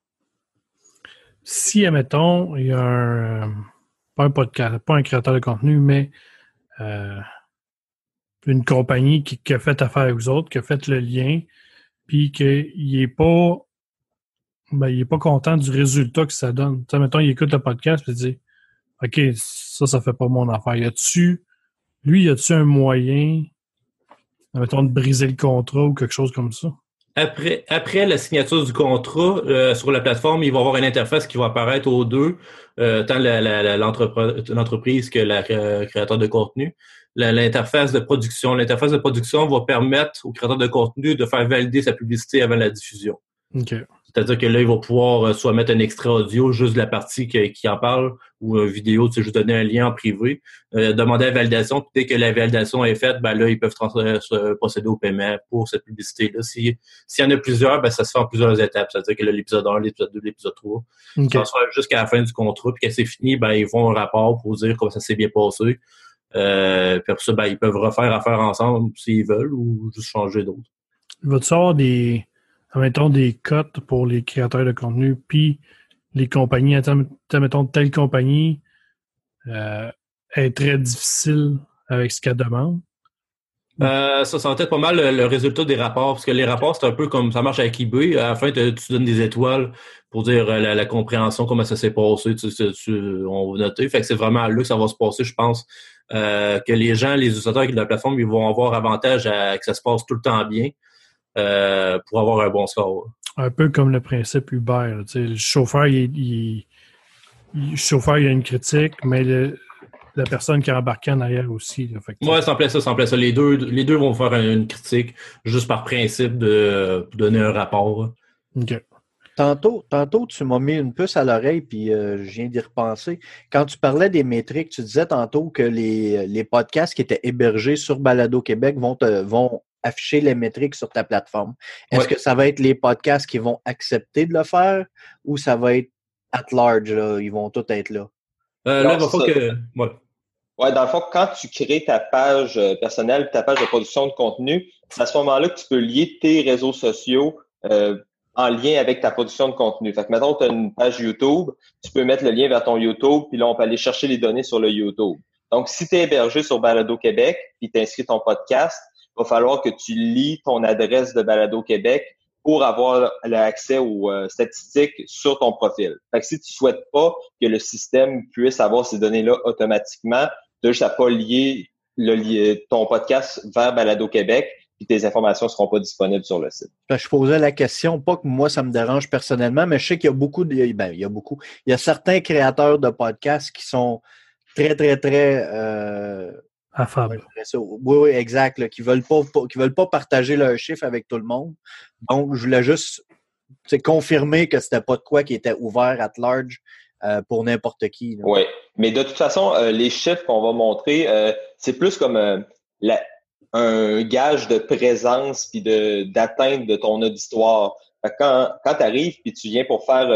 Si, admettons, il y a pas un créateur de contenu, mais une compagnie qui a fait affaire avec vous autres, qui a fait le lien, puis qu'il est pas il est pas content du résultat que ça donne. Tu sais, mettons, il écoute le podcast et il dit OK, ça fait pas mon affaire. Y a-tu un moyen, mettons, de briser le contrat ou quelque chose comme ça? Après la signature du contrat, sur la plateforme, il va y avoir une interface qui va apparaître aux deux, tant l'entreprise que le créateur de contenu. L'interface de production. L'interface de production va permettre au créateur de contenu de faire valider sa publicité avant la diffusion. OK. C'est-à-dire que là, il va pouvoir soit mettre un extrait audio, juste de la partie qui en parle, ou une vidéo, tu sais, juste donner un lien en privé, demander la validation, puis dès que la validation est faite, ben là, ils peuvent procéder au paiement pour cette publicité-là. S'il y en a plusieurs, ben ça se fait en plusieurs étapes. C'est-à-dire que là, l'épisode 1, l'épisode 2, l'épisode 3, okay. Ça se fait jusqu'à la fin du contrat, puis quand c'est fini, ben ils font un rapport pour dire comment ça s'est bien passé. Puis après ça, ben ils peuvent refaire affaire ensemble s'ils veulent, ou juste changer d'autres. Va-tu avoir mettons des cotes pour les créateurs de contenu, puis les compagnies, mettons, telle compagnie est très difficile avec ce qu'elle demande? Ça va être pas mal le résultat des rapports, parce que les rapports, c'est un peu comme ça marche avec eBay. À la fin, tu donnes des étoiles pour dire la compréhension, comment ça s'est passé, on va noter. Fait que c'est vraiment là que ça va se passer, je pense, que les gens, les utilisateurs de la plateforme, ils vont avoir avantage à que ça se passe tout le temps bien pour avoir un bon score. Un peu comme le principe Uber. Le chauffeur, le chauffeur, il a une critique, mais la personne qui a embarqué en arrière aussi. Ouais, ça en plaît ça. Les deux vont faire une critique juste par principe de donner un rapport. OK. Tantôt, tu m'as mis une puce à l'oreille, puis je viens d'y repenser. Quand tu parlais des métriques, tu disais tantôt que les podcasts qui étaient hébergés sur Balado Québec vont afficher les métriques sur ta plateforme. Est-ce que ça va être les podcasts qui vont accepter de le faire ou ça va être at large, là, ils vont tous être là? Là, il va falloir que... Ouais, dans le fond, quand tu crées ta page personnelle, ta page de production de contenu, c'est à ce moment-là que tu peux lier tes réseaux sociaux en lien avec ta production de contenu. Fait que, mettons, tu as une page YouTube, tu peux mettre le lien vers ton YouTube, puis là, on peut aller chercher les données sur le YouTube. Donc, si tu es hébergé sur Balado Québec, puis tu inscris ton podcast, il va falloir que tu lies ton adresse de Balado Québec pour avoir l'accès aux statistiques sur ton profil. Fait que si tu souhaites pas que le système puisse avoir ces données-là automatiquement, tu as juste à pas lier ton podcast vers Balado Québec, puis tes informations seront pas disponibles sur le site. Je posais la question, pas que moi ça me dérange personnellement, mais je sais qu'il y a il y a certains créateurs de podcasts qui sont très, très, très affable. Oui, exact, là, qui veulent pas partager leurs chiffres avec tout le monde. Donc, je voulais juste confirmer que c'était pas de quoi qui était ouvert at large pour n'importe qui. Oui, mais de toute façon, les chiffres qu'on va montrer, c'est plus comme un gage de présence puis d'atteinte de ton auditoire. Fait que quand tu arrives puis tu viens pour faire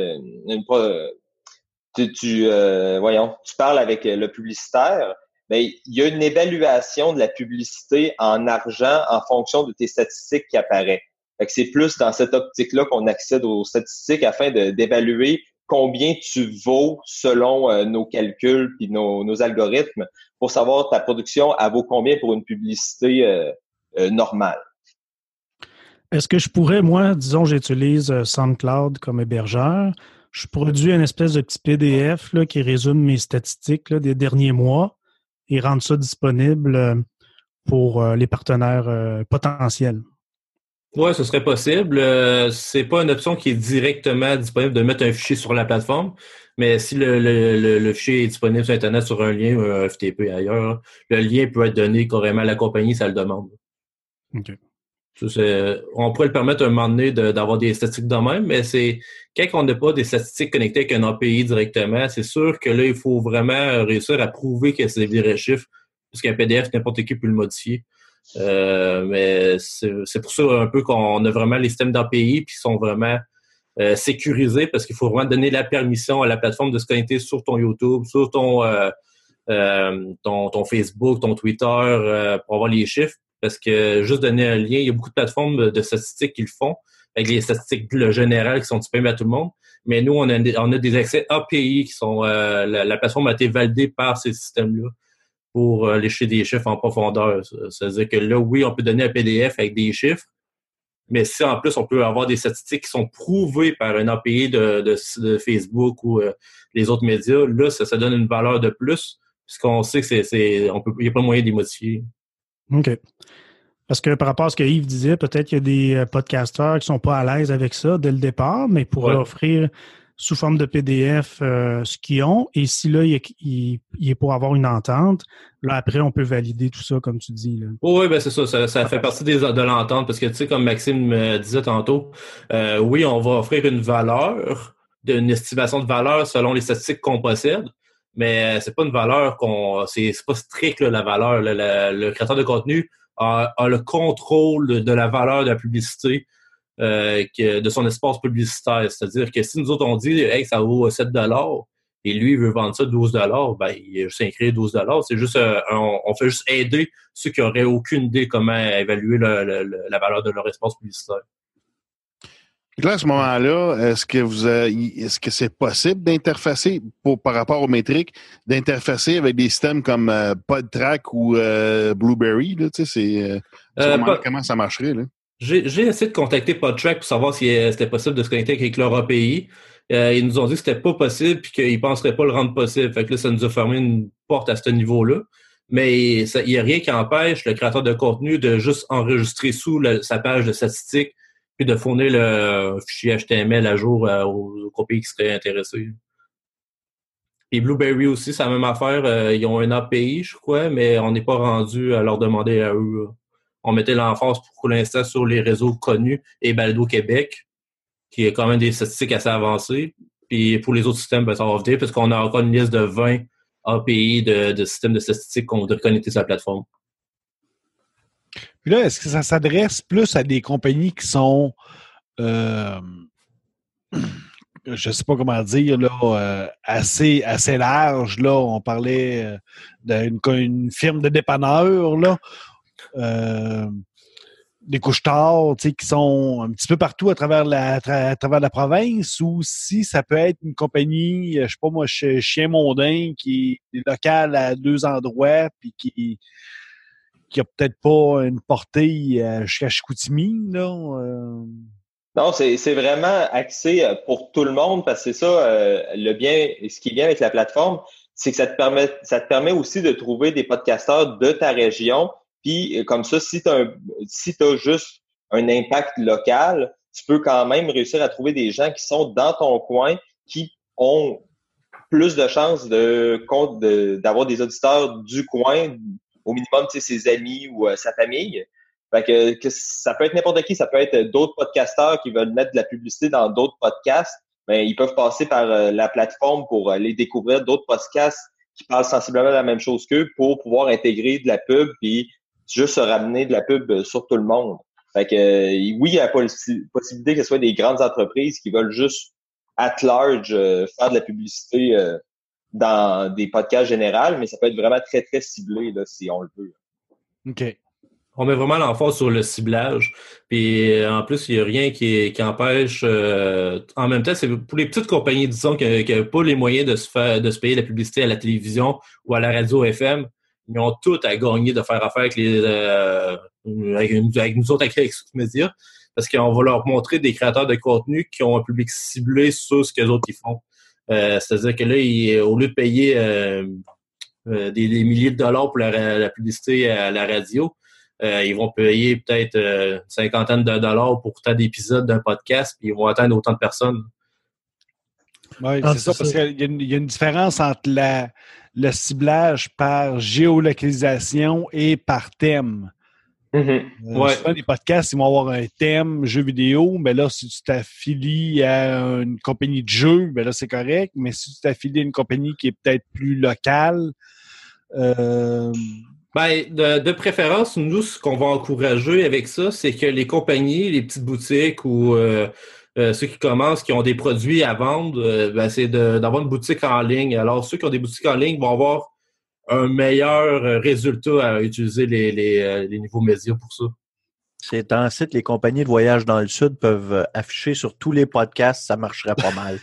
tu parles avec le publicitaire, ben, il y a une évaluation de la publicité en argent en fonction de tes statistiques qui apparaît. Fait que c'est plus dans cette optique-là qu'on accède aux statistiques afin d'évaluer combien tu vaux selon nos calculs puis nos algorithmes pour savoir ta production, elle vaut combien pour une publicité normale. Est-ce que je pourrais, moi, disons, j'utilise SoundCloud comme hébergeur, je produis une espèce de petit PDF là, qui résume mes statistiques là, des derniers mois et rendre ça disponible pour les partenaires potentiels? Oui, ce serait possible. C'est pas une option qui est directement disponible de mettre un fichier sur la plateforme, mais si le fichier est disponible sur Internet sur un lien ou un FTP ailleurs, le lien peut être donné carrément à la compagnie, ça le demande. OK. On pourrait le permettre un moment donné d'avoir des statistiques de même, mais c'est quand on n'a pas des statistiques connectées avec un API directement, c'est sûr que là, il faut vraiment réussir à prouver que c'est des vrais chiffres, parce qu'un PDF, n'importe qui peut le modifier. Mais c'est pour ça un peu qu'on a vraiment les systèmes d'API qui sont vraiment sécurisés, parce qu'il faut vraiment donner la permission à la plateforme de se connecter sur ton YouTube, sur ton Facebook, ton Twitter pour avoir les chiffres. Parce que juste donner un lien, il y a beaucoup de plateformes de statistiques qui le font, avec les statistiques générales qui sont disponibles à tout le monde. Mais nous, on a des accès API qui sont... la plateforme a été validée par ces systèmes-là pour lécher des chiffres en profondeur. C'est-à-dire que là, oui, on peut donner un PDF avec des chiffres, mais si en plus, on peut avoir des statistiques qui sont prouvées par un API de Facebook ou les autres médias, là, ça donne une valeur de plus, puisqu'on sait que il n'y a pas moyen de les modifier. OK. Parce que par rapport à ce que Yves disait, peut-être qu'il y a des podcasteurs qui ne sont pas à l'aise avec ça dès le départ, mais pourraient offrir sous forme de PDF ce qu'ils ont. Et si là, il est pour avoir une entente, là, après, on peut valider tout ça, comme tu dis. Là. Oui, ben c'est ça. Ça fait partie de l'entente parce que, tu sais, comme Maxime me disait tantôt, oui, on va offrir une valeur, une estimation de valeur selon les statistiques qu'on possède, mais c'est pas une valeur c'est pas strict là, la valeur. Le créateur de contenu a le contrôle de la valeur de la publicité, de son espace publicitaire. C'est-à-dire que si nous autres on dit hey, ça vaut 7$ et lui il veut vendre ça 12$, ben il a juste inscrit 12$. C'est juste on fait juste aider ceux qui n'auraient aucune idée comment évaluer la valeur de leur espace publicitaire. Là, à ce moment-là, est-ce que c'est possible d'interfacer, par rapport aux métriques, d'interfacer avec des systèmes comme PodTrack ou Blueberry? Là, comment ça marcherait? Là? J'ai essayé de contacter PodTrack pour savoir si c'était possible de se connecter avec leur API. Ils nous ont dit que c'était pas possible et qu'ils penseraient pas le rendre possible. Fait que là, ça nous a fermé une porte à ce niveau-là. Mais il n'y a rien qui empêche le créateur de contenu de juste enregistrer sous sa page de statistiques puis de fournir le fichier HTML à jour aux compagnies qui seraient intéressées. Et Blueberry aussi, c'est la même affaire. Ils ont une API, je crois, mais on n'est pas rendu à leur demander à eux. On mettait l'emphase pour l'instant sur les réseaux connus et Balado Québec, qui est quand même des statistiques assez avancées. Puis pour les autres systèmes, ça va venir parce qu'on a encore une liste de 20 API de systèmes de statistiques qu'on voudrait connecter sur la plateforme. Puis là, est-ce que ça s'adresse plus à des compagnies qui sont, je ne sais pas comment dire, là, assez larges? Là, on parlait d'une firme de dépanneurs, là, des couche-tard, qui sont un petit peu partout à travers la province, ou si ça peut être une compagnie, je sais pas moi, Chien Mondain, qui est locale à 2 endroits, puis qui a peut-être pas une portée jusqu'à Chicoutimi, là. Non, c'est vraiment axé pour tout le monde parce que c'est ça, ce qui est bien avec la plateforme, c'est que ça te permet aussi de trouver des podcasteurs de ta région. Puis comme ça, si t'as juste un impact local, tu peux quand même réussir à trouver des gens qui sont dans ton coin, qui ont plus de chances d'avoir des auditeurs du coin, au minimum, ses amis ou sa famille. Fait que ça peut être n'importe qui, ça peut être d'autres podcasteurs qui veulent mettre de la publicité dans d'autres podcasts, mais ils peuvent passer par la plateforme pour aller découvrir d'autres podcasts qui parlent sensiblement de la même chose qu'eux pour pouvoir intégrer de la pub puis juste se ramener de la pub sur tout le monde. Fait que oui, il y a la possibilité que ce soit des grandes entreprises qui veulent juste at large faire de la publicité dans des podcasts généraux, mais ça peut être vraiment très, très ciblé là, si on le veut. OK. On met vraiment l'emphase sur le ciblage. Puis en plus, il n'y a rien qui empêche. En même temps, c'est pour les petites compagnies, disons, qui n'ont pas les moyens de se payer la publicité à la télévision ou à la radio FM. Ils ont tout à gagner de faire affaire avec nous autres, avec Média, parce qu'on va leur montrer des créateurs de contenu qui ont un public ciblé sur ce que les autres ils font. C'est-à-dire que là, au lieu de payer des milliers de dollars pour la publicité à la radio, ils vont payer peut-être une cinquantaine de dollars pour tant d'épisodes d'un podcast, puis ils vont atteindre autant de personnes. Oui, c'est ça, parce qu'il y a une différence entre le ciblage par géolocalisation et par thème. Mm-hmm. Souvent, les podcasts, ils vont avoir un thème jeu vidéo, mais là, si tu t'affilies à une compagnie de jeux, ben là, c'est correct, mais si tu t'affilies à une compagnie qui est peut-être plus locale, de préférence, nous, ce qu'on va encourager avec ça, c'est que les compagnies, les petites boutiques ou ceux qui commencent, qui ont des produits à vendre, c'est d'avoir une boutique en ligne. Alors, ceux qui ont des boutiques en ligne vont avoir un meilleur résultat à utiliser les nouveaux médias pour ça. C'est un site, les compagnies de voyage dans le Sud peuvent afficher sur tous les podcasts, ça marcherait pas mal.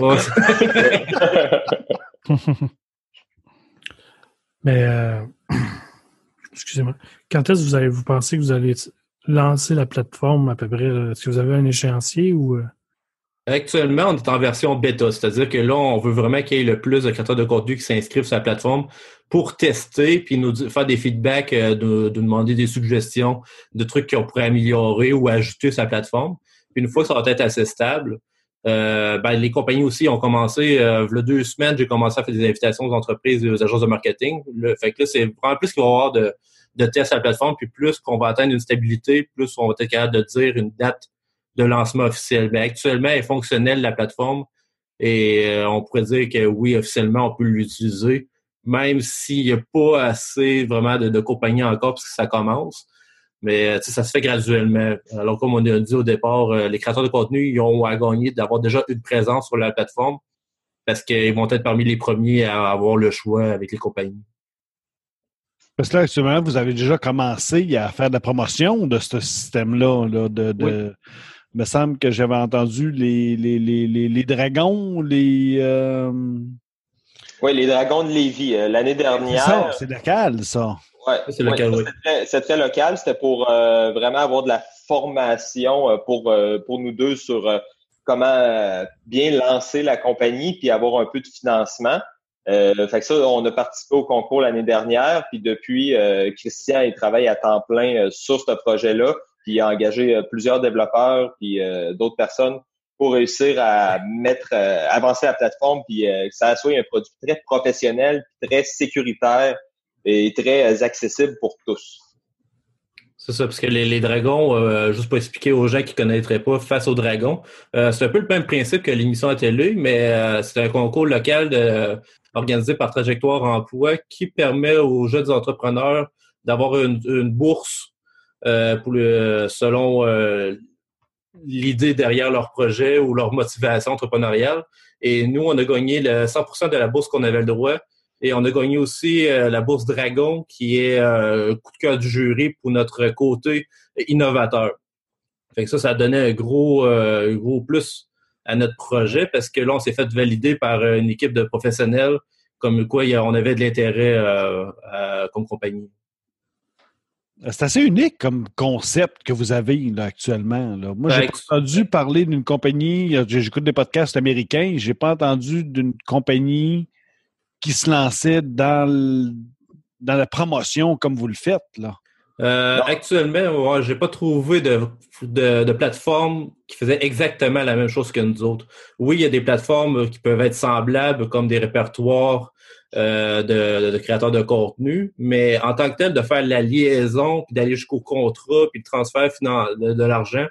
Mais, excusez-moi, quand est-ce que vous pensez que vous allez lancer la plateforme à peu près? Est-ce que vous avez un échéancier ou... Actuellement, on est en version bêta, c'est-à-dire que là, on veut vraiment qu'il y ait le plus de créateurs de contenu qui s'inscrivent sur la plateforme pour tester puis nous faire des feedbacks, de demander des suggestions de trucs qu'on pourrait améliorer ou ajouter sur la plateforme. Puis une fois que ça va être assez stable, les compagnies aussi ont commencé, il y a 2 semaines, j'ai commencé à faire des invitations aux entreprises et aux agences de marketing. Fait que là, c'est vraiment plus qu'il va y avoir de tests à la plateforme, puis plus qu'on va atteindre une stabilité, plus on va être capable de dire une date de lancement officiel. Mais actuellement, elle est fonctionnelle, la plateforme, et on pourrait dire que oui, officiellement, on peut l'utiliser, même s'il n'y a pas assez vraiment de compagnies encore, parce que ça commence. Mais ça se fait graduellement. Alors, comme on a dit au départ, les créateurs de contenu, ils ont à gagner d'avoir déjà une présence sur la plateforme, parce qu'ils vont être parmi les premiers à avoir le choix avec les compagnies. Parce que là, actuellement, vous avez déjà commencé à faire de la promotion de ce système-là, là, Il me semble que j'avais entendu les dragons, Oui, les Dragons de Lévis. L'année dernière. C'est local, ça. Ouais, c'est local, oui. C'est très local. C'était pour vraiment avoir de la formation pour nous deux sur comment bien lancer la compagnie puis avoir un peu de financement. Fait que ça, on a participé au concours l'année dernière, puis depuis, Christian, il travaille à temps plein sur ce projet-là, puis il a engagé plusieurs développeurs puis d'autres personnes pour réussir à avancer la plateforme, puis que ça soit un produit très professionnel, très sécuritaire et très accessible pour tous. C'est ça, parce que les dragons, juste pour expliquer aux gens qui ne connaîtraient pas Face aux dragons, c'est un peu le même principe que l'émission à télé, mais c'est un concours local organisé par Trajectoire Emploi qui permet aux jeunes entrepreneurs d'avoir une bourse selon l'idée derrière leur projet ou leur motivation entrepreneuriale. Et nous, on a gagné 100% de la bourse qu'on avait le droit. Et on a gagné aussi la bourse Dragon, qui est coup de cœur du jury pour notre côté innovateur. Fait que ça donnait un gros plus à notre projet parce que là, on s'est fait valider par une équipe de professionnels comme quoi on avait de l'intérêt comme compagnie. C'est assez unique comme concept que vous avez là, actuellement. Là. Moi, j'ai pas entendu parler d'une compagnie, j'écoute des podcasts américains, j'ai pas entendu d'une compagnie qui se lançait dans la promotion comme vous le faites, là. Actuellement, j'ai pas trouvé de plateforme qui faisait exactement la même chose que nous autres. Oui, il y a des plateformes qui peuvent être semblables, comme des répertoires de créateurs de contenu, mais en tant que tel, de faire la liaison, puis d'aller jusqu'au contrat, puis le transfert de l'argent,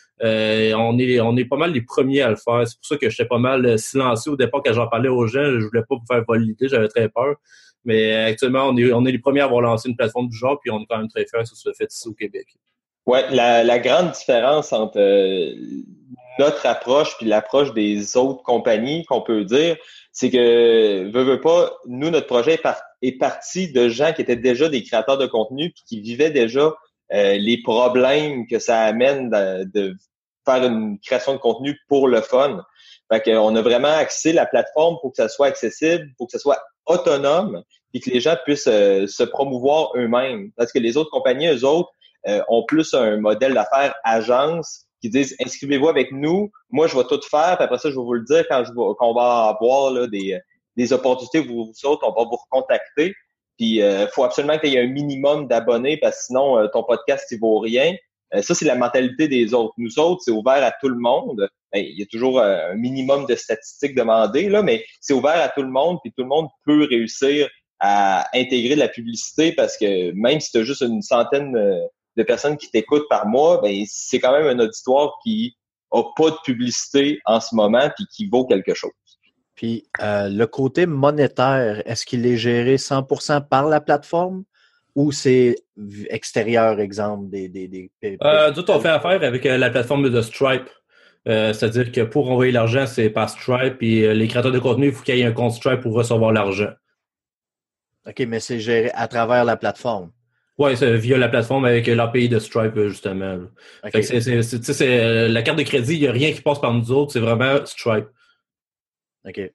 on est pas mal les premiers à le faire. C'est pour ça que j'étais pas mal silencieux au départ quand j'en parlais aux gens. Je voulais pas vous faire voler l'idée, j'avais très peur. Mais actuellement, on est les premiers à avoir lancé une plateforme du genre, puis on est quand même très fiers sur ce fait ici au Québec. Ouais, la grande différence entre notre approche puis l'approche des autres compagnies qu'on peut dire, c'est que veux pas, nous, notre projet est parti de gens qui étaient déjà des créateurs de contenu puis qui vivaient déjà les problèmes que ça amène de faire une création de contenu pour le fun. Fait qu'on a vraiment axé la plateforme pour que ça soit accessible, pour que ça soit autonome, puis que les gens puissent se promouvoir eux-mêmes. Parce que les autres compagnies, eux autres, ont plus un modèle d'affaires agence qui disent inscrivez-vous avec nous, moi je vais tout faire, puis après ça je vais vous le dire quand on va avoir là, des opportunités, vous autres, on va vous recontacter. Puis faut absolument qu'il y ait un minimum d'abonnés parce que sinon ton podcast il vaut rien. Ça, c'est la mentalité des autres. Nous autres, c'est ouvert à tout le monde. Ben, il y a toujours un minimum de statistiques demandées, là, mais c'est ouvert à tout le monde, puis tout le monde peut réussir à intégrer de la publicité parce que même si tu as juste une centaine de personnes qui t'écoutent par mois, ben c'est quand même un auditoire qui a pas de publicité en ce moment puis qui vaut quelque chose. Puis le côté monétaire, est-ce qu'il est géré 100% par la plateforme ou c'est extérieur, exemple, D'autres, on fait affaire avec la plateforme de Stripe. C'est-à-dire que pour envoyer l'argent, c'est par Stripe et les créateurs de contenu, il faut qu'il y ait un compte Stripe pour recevoir l'argent. OK, mais c'est géré à travers la plateforme. Oui, c'est via la plateforme avec l'API de Stripe, justement. Okay. Fait que c'est la carte de crédit, il n'y a rien qui passe par nous autres, c'est vraiment Stripe. OK.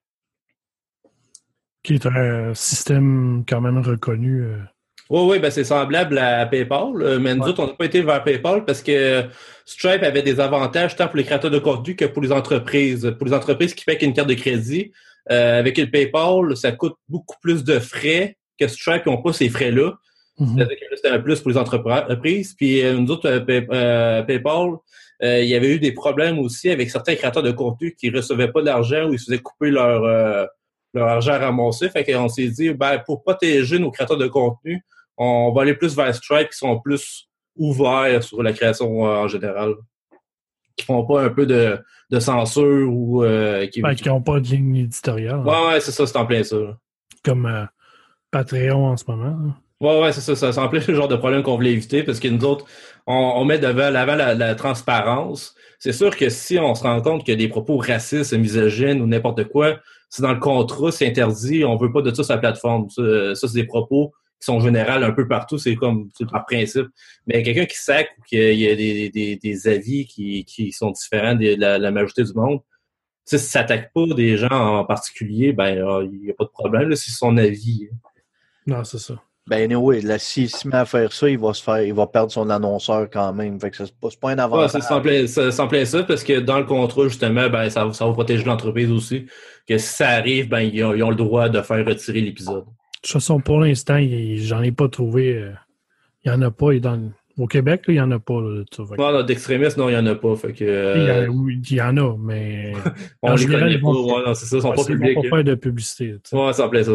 Qui est un système quand même reconnu. Oui, ben c'est semblable à PayPal, mais nous autres, on n'a pas été vers PayPal parce que Stripe avait des avantages tant pour les créateurs de contenu que pour les entreprises. Pour les entreprises qui paient qu'une carte de crédit, avec le PayPal, ça coûte beaucoup plus de frais que Stripe, ils n'ont pas ces frais-là. C'est-à-dire que là, c'était un plus pour les entreprises. Puis nous autres, PayPal, il y avait eu des problèmes aussi avec certains créateurs de contenu qui ne recevaient pas d'argent ou ils se faisaient couper leur argent ramassé. Fait qu'on s'est dit, pour protéger nos créateurs de contenu, on va aller plus vers Stripe qui sont plus ouverts sur la création en général. Qui font pas un peu de censure ou qui n'ont pas de ligne éditoriale. Ouais, c'est ça, c'est en plein ça. Là. Comme Patreon en ce moment. Là. Ouais, c'est ça. C'est en plein le genre de problème qu'on voulait éviter parce que nous autres, on met devant l'avant la transparence. C'est sûr que si on se rend compte qu'il y a des propos racistes, misogynes ou n'importe quoi, c'est dans le contrat, c'est interdit, on veut pas de ça sur la plateforme. Ça c'est des propos sont générales un peu partout, c'est par principe. Mais quelqu'un qui sac ou qu'il y a des avis qui sont différents de la majorité du monde, si ça s'attaque pas des gens en particulier, il n'y a pas de problème, là, c'est son avis. Non, c'est ça. Ben, anyway, là, s'il se met à faire ça, il va perdre son annonceur quand même. Fait que c'est pas un avantage. Ouais, c'est en plein ça, parce que dans le contrat, justement, ça va protéger l'entreprise aussi. Que si ça arrive, ils ont le droit de faire retirer l'épisode. De toute façon, pour l'instant, j'en ai pas trouvé. Il n'y en a pas. Au Québec, il n'y en a pas. Non, d'extrémistes, non, il n'y en a pas. Fait que, il y en a, mais. On les connaît pas. C'est ça, ils sont pas publics. Ils vont pas faire de publicité. Ouais, ça en plaît ça.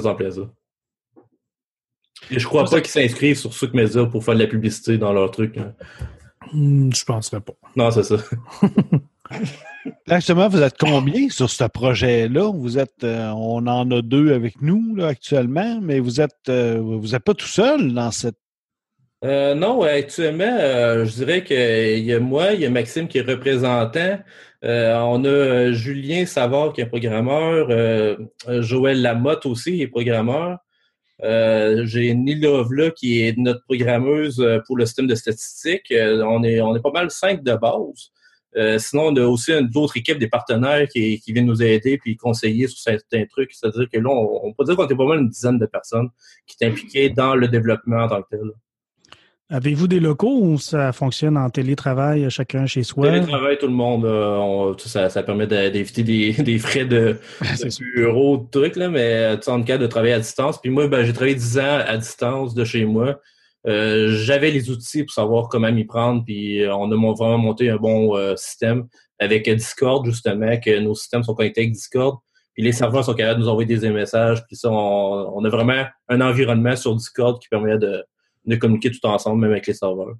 Et je crois pas qu'ils s'inscrivent sur Suc Media pour faire de la publicité dans leur truc. Hein. Je penserais pas. Non, c'est ça. Là, justement, vous êtes combien sur ce projet-là? Vous êtes, on en a 2 avec nous là, actuellement, mais vous êtes pas tout seul dans cette... Non, actuellement, je dirais qu'il y a moi, il y a Maxime qui est représentant. On a Julien Savard qui est programmeur. Joël Lamotte aussi qui est programmeur. J'ai Nilovla qui est notre programmeuse pour le système de statistiques. On est pas mal 5 de base. Sinon, on a aussi une autre équipe des partenaires qui viennent nous aider puis conseiller sur certains trucs. C'est-à-dire que là, on peut dire qu'on était pas mal une dizaine de personnes qui étaient impliquées dans le développement en tant que tel. Avez-vous des locaux ou ça fonctionne en télétravail, chacun chez soi? Télétravail, tout le monde, ça permet d'éviter des frais de bureau, de trucs, là, mais en cas de travailler à distance. Puis moi, j'ai travaillé 10 ans à distance de chez moi. J'avais les outils pour savoir comment m'y prendre, puis on a vraiment monté un bon système avec Discord, justement, que nos systèmes sont connectés avec Discord. Puis les serveurs sont capables de nous envoyer des messages. Puis ça, on a vraiment un environnement sur Discord qui permet de communiquer tout ensemble, même avec les serveurs.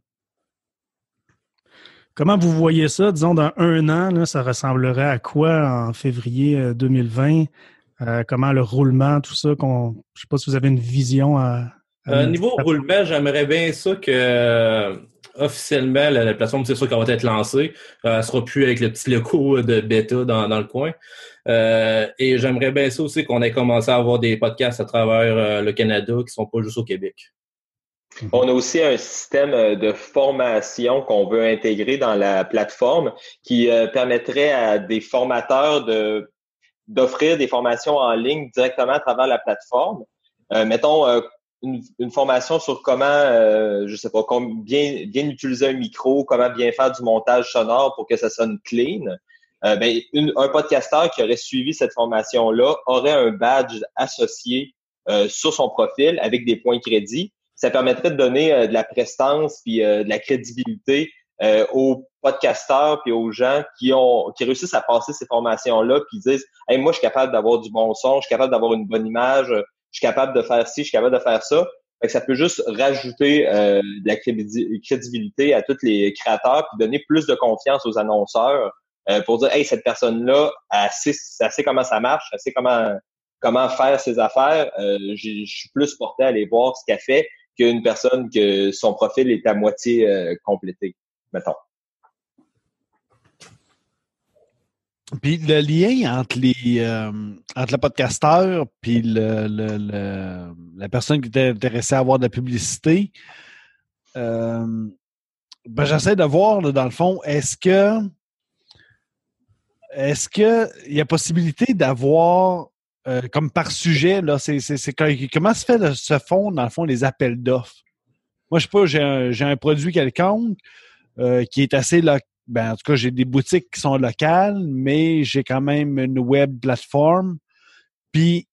Comment vous voyez ça? Disons, dans 1 an, là, ça ressemblerait à quoi en février 2020? Comment le roulement, tout ça? Je ne sais pas si vous avez une vision niveau roulement, j'aimerais bien ça que officiellement, la plateforme, c'est sûr qu'elle va être lancée. Elle ne sera plus avec le petit logo de bêta dans le coin. Et j'aimerais bien ça aussi qu'on ait commencé à avoir des podcasts à travers le Canada qui ne sont pas juste au Québec. On a aussi un système de formation qu'on veut intégrer dans la plateforme qui permettrait à des formateurs d'offrir des formations en ligne directement à travers la plateforme. Mettons une formation sur comment, je sais pas, bien utiliser un micro, comment bien faire du montage sonore pour que ça sonne clean. Un podcasteur qui aurait suivi cette formation-là aurait un badge associé sur son profil avec des points crédits. Ça permettrait de donner de la prestance puis de la crédibilité aux podcasteurs puis aux gens qui réussissent à passer ces formations-là puis disent « Hey, moi, je suis capable d'avoir du bon son, je suis capable d'avoir une bonne image, je suis capable de faire ci, je suis capable de faire ça. » Fait que ça peut juste rajouter de la crédibilité à tous les créateurs puis donner plus de confiance aux annonceurs pour dire « Hey, cette personne-là, elle sait comment ça marche, elle sait comment faire ses affaires. Je suis plus porté à aller voir ce qu'elle fait qu'une personne que son profil est à moitié complété, mettons. Puis le lien entre le podcasteur puis la personne qui était intéressée à avoir de la publicité, j'essaie de voir, là, dans le fond, est-ce que il y a possibilité d'avoir comme par sujet, là, comment se font, dans le fond, les appels d'offres? Moi, je sais pas, j'ai un produit quelconque qui est assez en tout cas, j'ai des boutiques qui sont locales, mais j'ai quand même une web plateforme. Puis,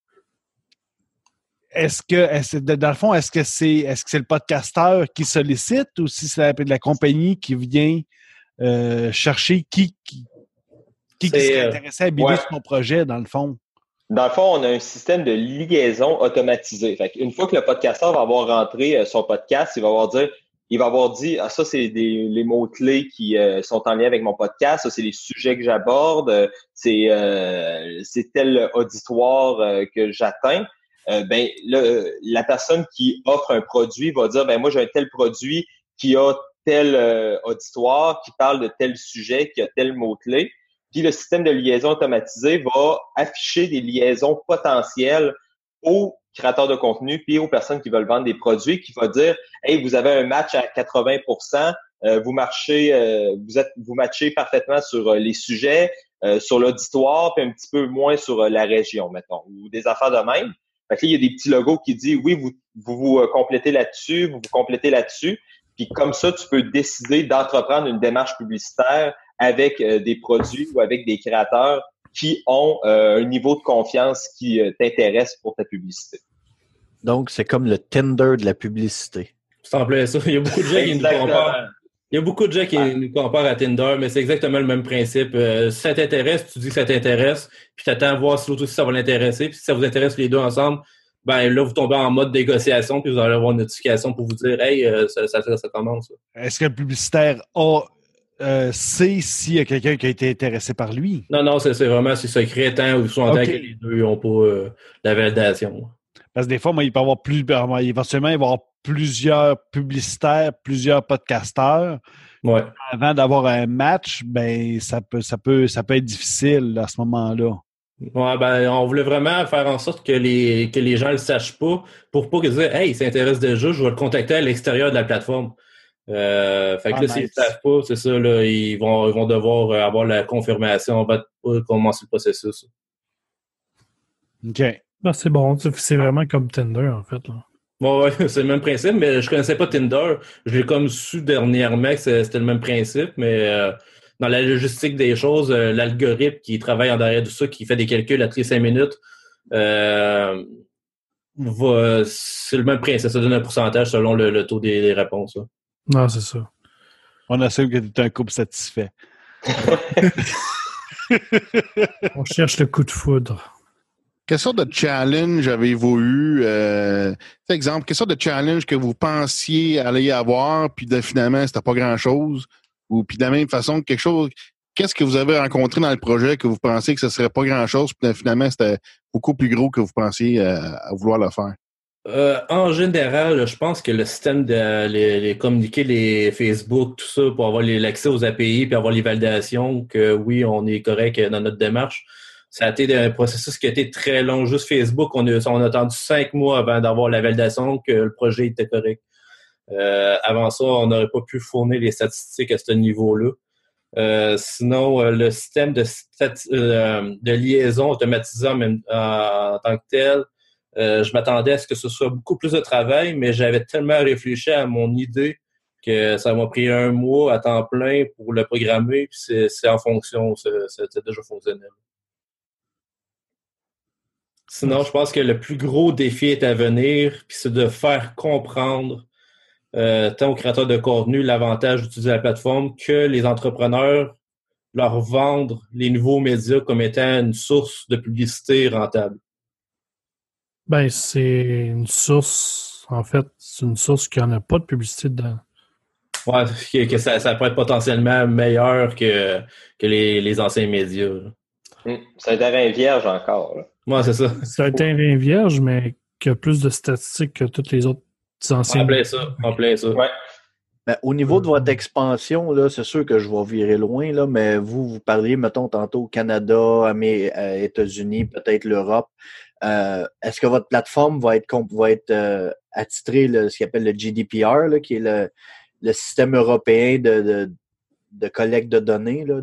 dans le fond, est-ce que c'est le podcasteur qui sollicite ou si c'est la compagnie qui vient chercher qui serait intéressé à bider sur ton projet, dans le fond? Dans le fond, on a un système de liaison automatisé. Fait qu'une fois que le podcasteur va avoir rentré son podcast, il va avoir dit « Ah, ça, c'est les mots-clés qui sont en lien avec mon podcast. Ça, c'est les sujets que j'aborde. C'est tel auditoire que j'atteins. » La personne qui offre un produit va dire « Moi, j'ai un tel produit qui a tel auditoire, qui parle de tel sujet, qui a tel mot-clé. » Puis le système de liaison automatisé va afficher des liaisons potentielles aux créateurs de contenu puis aux personnes qui veulent vendre des produits qui va dire « Hey, vous avez un match à 80%, vous matchez parfaitement sur les sujets, sur l'auditoire, puis un petit peu moins sur la région, mettons, ou des affaires de même. » Fait que là, il y a des petits logos qui disent « Oui, vous complétez là-dessus, vous complétez là-dessus. » Puis comme ça, tu peux décider d'entreprendre une démarche publicitaire avec des produits ou avec des créateurs qui ont un niveau de confiance qui t'intéresse pour ta publicité. Donc, c'est comme le Tinder de la publicité. C'est en plein ça. Il y a beaucoup de gens qui nous comparent. Il y a beaucoup de gens qui nous comparent à Tinder, mais c'est exactement le même principe. Si ça t'intéresse, tu dis que ça t'intéresse, puis tu attends voir si l'autre aussi ça va l'intéresser, puis si ça vous intéresse les deux ensemble, ben là, vous tombez en mode négociation, puis vous allez avoir une notification pour vous dire « Hey, ça commence. » Est-ce que le publicitaire sait s'il y a quelqu'un qui a été intéressé par lui? Non, c'est vraiment secret tant ou sous-entend que les deux n'ont pas la validation. Parce que des fois, il peut y avoir éventuellement, il va y avoir plusieurs publicitaires, plusieurs podcasteurs. Ouais. Avant d'avoir un match, ben ça peut être difficile là, à ce moment-là. Ouais, ben on voulait vraiment faire en sorte que les gens le sachent pas pour pas qu'ils disent « Hey, il s'intéresse déjà, je vais le contacter à l'extérieur de la plateforme. » Fait que là, s'ils ne savent pas, c'est ça, là, ils vont devoir avoir la confirmation avant de commencer le processus. OK. Ben, c'est bon, c'est vraiment comme Tinder, en fait. Là. Ouais, c'est le même principe, mais je connaissais pas Tinder. J'ai comme su dernièrement que c'était le même principe, mais dans la logistique des choses, l'algorithme qui travaille en derrière de ça, qui fait des calculs à toutes les 5 minutes, c'est le même principe. Ça donne un pourcentage selon le taux des réponses. Là. Non, c'est ça. On assume que tu es un couple satisfait. On cherche le coup de foudre. Quelle sorte de challenge avez-vous eu? Exemple, quelle sorte de challenge que vous pensiez aller avoir, puis finalement, c'était pas grand-chose? Ou puis de la même façon, qu'est-ce que vous avez rencontré dans le projet que vous pensiez que ce serait pas grand-chose, puis finalement, c'était beaucoup plus gros que vous pensiez à vouloir le faire? En général, je pense que le système de les communiquer les Facebook, tout ça, pour avoir l'accès aux API puis avoir les validations, que oui, on est correct dans notre démarche, ça a été un processus qui a été très long. Juste Facebook, on a attendu 5 mois avant d'avoir la validation que le projet était correct. Avant ça, on n'aurait pas pu fournir les statistiques à ce niveau-là. Sinon, le système de liaison automatisé en tant que tel, je m'attendais à ce que ce soit beaucoup plus de travail, mais j'avais tellement réfléchi à mon idée que ça m'a pris 1 mois à temps plein pour le programmer, puis c'est en fonction, c'est déjà fonctionnel. Sinon, je pense que le plus gros défi est à venir, puis c'est de faire comprendre tant aux créateurs de contenu l'avantage d'utiliser la plateforme que les entrepreneurs leur vendre les nouveaux médias comme étant une source de publicité rentable. Ben, c'est une source, en fait, c'est une source qui n'en a pas de publicité dedans. Ouais, que ça peut être potentiellement meilleur que les anciens médias. C'est un terrain vierge encore. Là. Ouais, c'est ça. C'est un terrain vierge, mais qui a plus de statistiques que toutes les autres anciens. En plein ça. Ouais. Ben, au niveau de votre expansion, là, c'est sûr que je vais virer loin, là, mais vous parliez, mettons, tantôt au Canada, États-Unis, peut-être l'Europe. Est-ce que votre plateforme va être attitrée ce qu'on appelle le GDPR, là, qui est le système européen de collecte de données, là,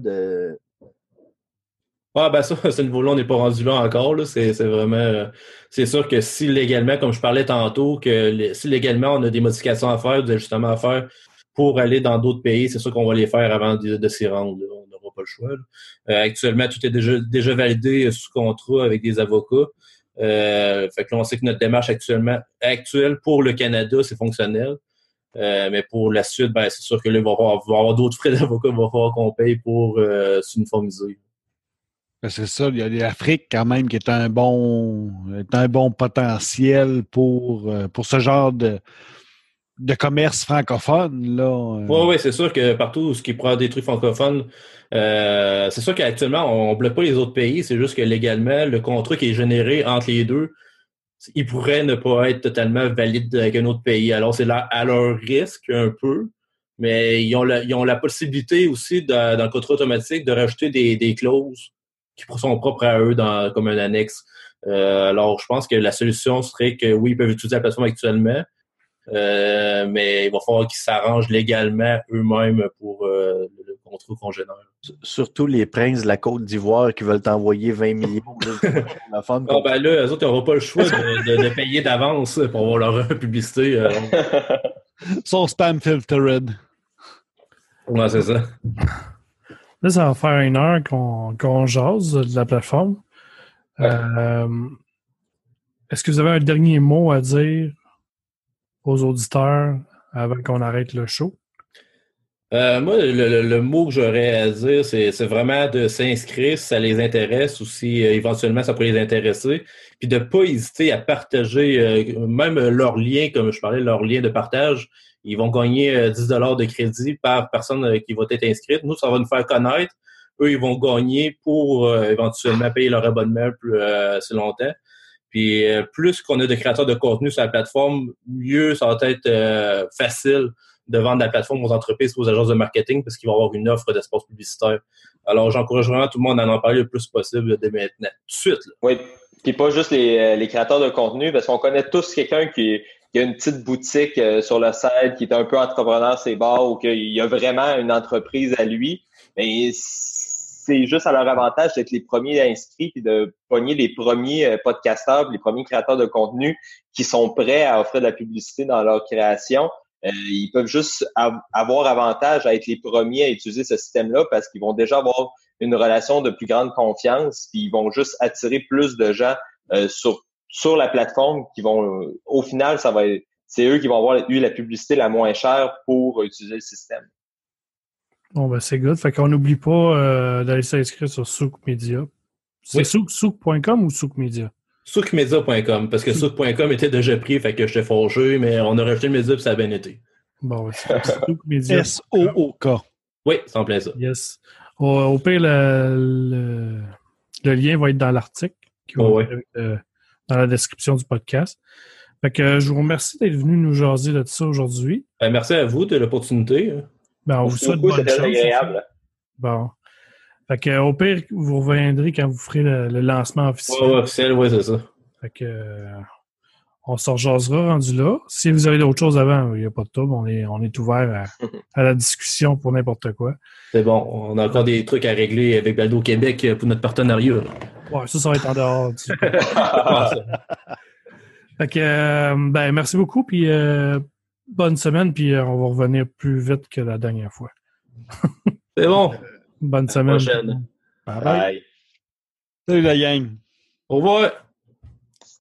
Ah, ben ça, ce niveau-là, on n'est pas rendu là encore. Là. C'est vraiment. C'est sûr que si légalement, comme je parlais tantôt, si légalement on a des modifications à faire, des ajustements à faire pour aller dans d'autres pays, c'est sûr qu'on va les faire avant de s'y rendre. Là. On n'aura pas le choix. Actuellement, tout est déjà validé sous contrat avec des avocats. Fait que là, on sait que notre démarche actuelle pour le Canada, c'est fonctionnel. Mais pour la suite, ben c'est sûr que là, il va y avoir d'autres frais d'avocat, il va falloir qu'on paye pour s'uniformiser. C'est ça, il y a l'Afrique quand même qui est un bon potentiel pour ce genre de commerce francophone. Oui, c'est sûr que partout ce qui prend des trucs francophones, c'est sûr qu'actuellement, on ne bloque pas les autres pays, c'est juste que légalement, le contrat qui est généré entre les deux, il pourrait ne pas être totalement valide avec un autre pays. Alors, c'est là à leur risque un peu, mais ils ont la possibilité aussi, dans le contrat automatique, de rajouter des clauses qui sont propres à eux comme un annexe. Alors, je pense que la solution serait que oui, ils peuvent utiliser la plateforme actuellement, mais il va falloir qu'ils s'arrangent légalement eux-mêmes pour le contrôle congénère. Surtout les princes de la Côte d'Ivoire qui veulent t'envoyer 20 millions. La femme, Ah, ben là, eux autres, ils n'auront pas le choix de payer d'avance pour avoir leur publicité. Son spam filtered. Ouais, c'est ça. Là, ça va faire 1 heure qu'on jase de la plateforme. Est-ce que vous avez un dernier mot à dire aux auditeurs avant qu'on arrête le show? Moi, le mot que j'aurais à dire, c'est vraiment de s'inscrire si ça les intéresse ou si éventuellement ça pourrait les intéresser. Puis de ne pas hésiter à partager même leurs liens, comme je parlais, leurs liens de partage. Ils vont gagner 10 $ de crédit par personne qui va être inscrite. Nous, ça va nous faire connaître. Eux, ils vont gagner pour éventuellement payer leur abonnement plus assez longtemps. Puis plus qu'on a de créateurs de contenu sur la plateforme, mieux ça va être facile de vendre la plateforme aux entreprises et aux agences de marketing parce qu'il va y avoir une offre d'espace publicitaire. Alors, j'encourage vraiment tout le monde à en parler le plus possible dès maintenant. Tout de suite. Là. Oui, puis pas juste les créateurs de contenu, parce qu'on connaît tous quelqu'un qui a une petite boutique sur le site, qui est un peu entrepreneur ses bords ou qu'il a vraiment une entreprise à lui. Mais c'est juste à leur avantage d'être les premiers inscrits et de pogner les premiers podcasteurs, les premiers créateurs de contenu qui sont prêts à offrir de la publicité dans leur création. Ils peuvent juste avoir avantage à être les premiers à utiliser ce système-là parce qu'ils vont déjà avoir une relation de plus grande confiance, puis ils vont juste attirer plus de gens sur la plateforme qui vont, au final, c'est eux qui vont avoir eu la publicité la moins chère pour utiliser le système. Bon, ben c'est good. Fait qu'on n'oublie pas d'aller s'inscrire sur Souk Media. C'est souk.com ou Souk Media? Soukmedia.com, parce que Souk.com était déjà pris, fait que j'étais fâché, mais on a rajouté le média et ça a bien été. Bon, c'est Souk Media. S-O-O-K. Oui, c'est en plein ça. Yes. Au pire, le lien va être dans l'article qui va être dans la description du podcast. Fait que je vous remercie d'être venu nous jaser de ça aujourd'hui. Merci à vous de l'opportunité. Ben, on vous souhaite bonne chance. C'est agréable. Bon. Fait que, au pire, vous reviendrez quand vous ferez le lancement officiel. Oui, officiel, oui, c'est ça. Fait que, on s'en jasera rendu là. Si vous avez d'autres choses avant, il n'y a pas de trouble. On est ouvert à la discussion pour n'importe quoi. C'est bon. On a encore des trucs à régler avec Balado Québec pour notre partenariat. Ouais, ça va être en dehors. Fait que, ben, merci beaucoup. Puis, bonne semaine. Puis, on va revenir plus vite que la dernière fois. C'est bon. Bonne semaine. Prochaine. Bye bye. Bye. Salut la gang. Au revoir.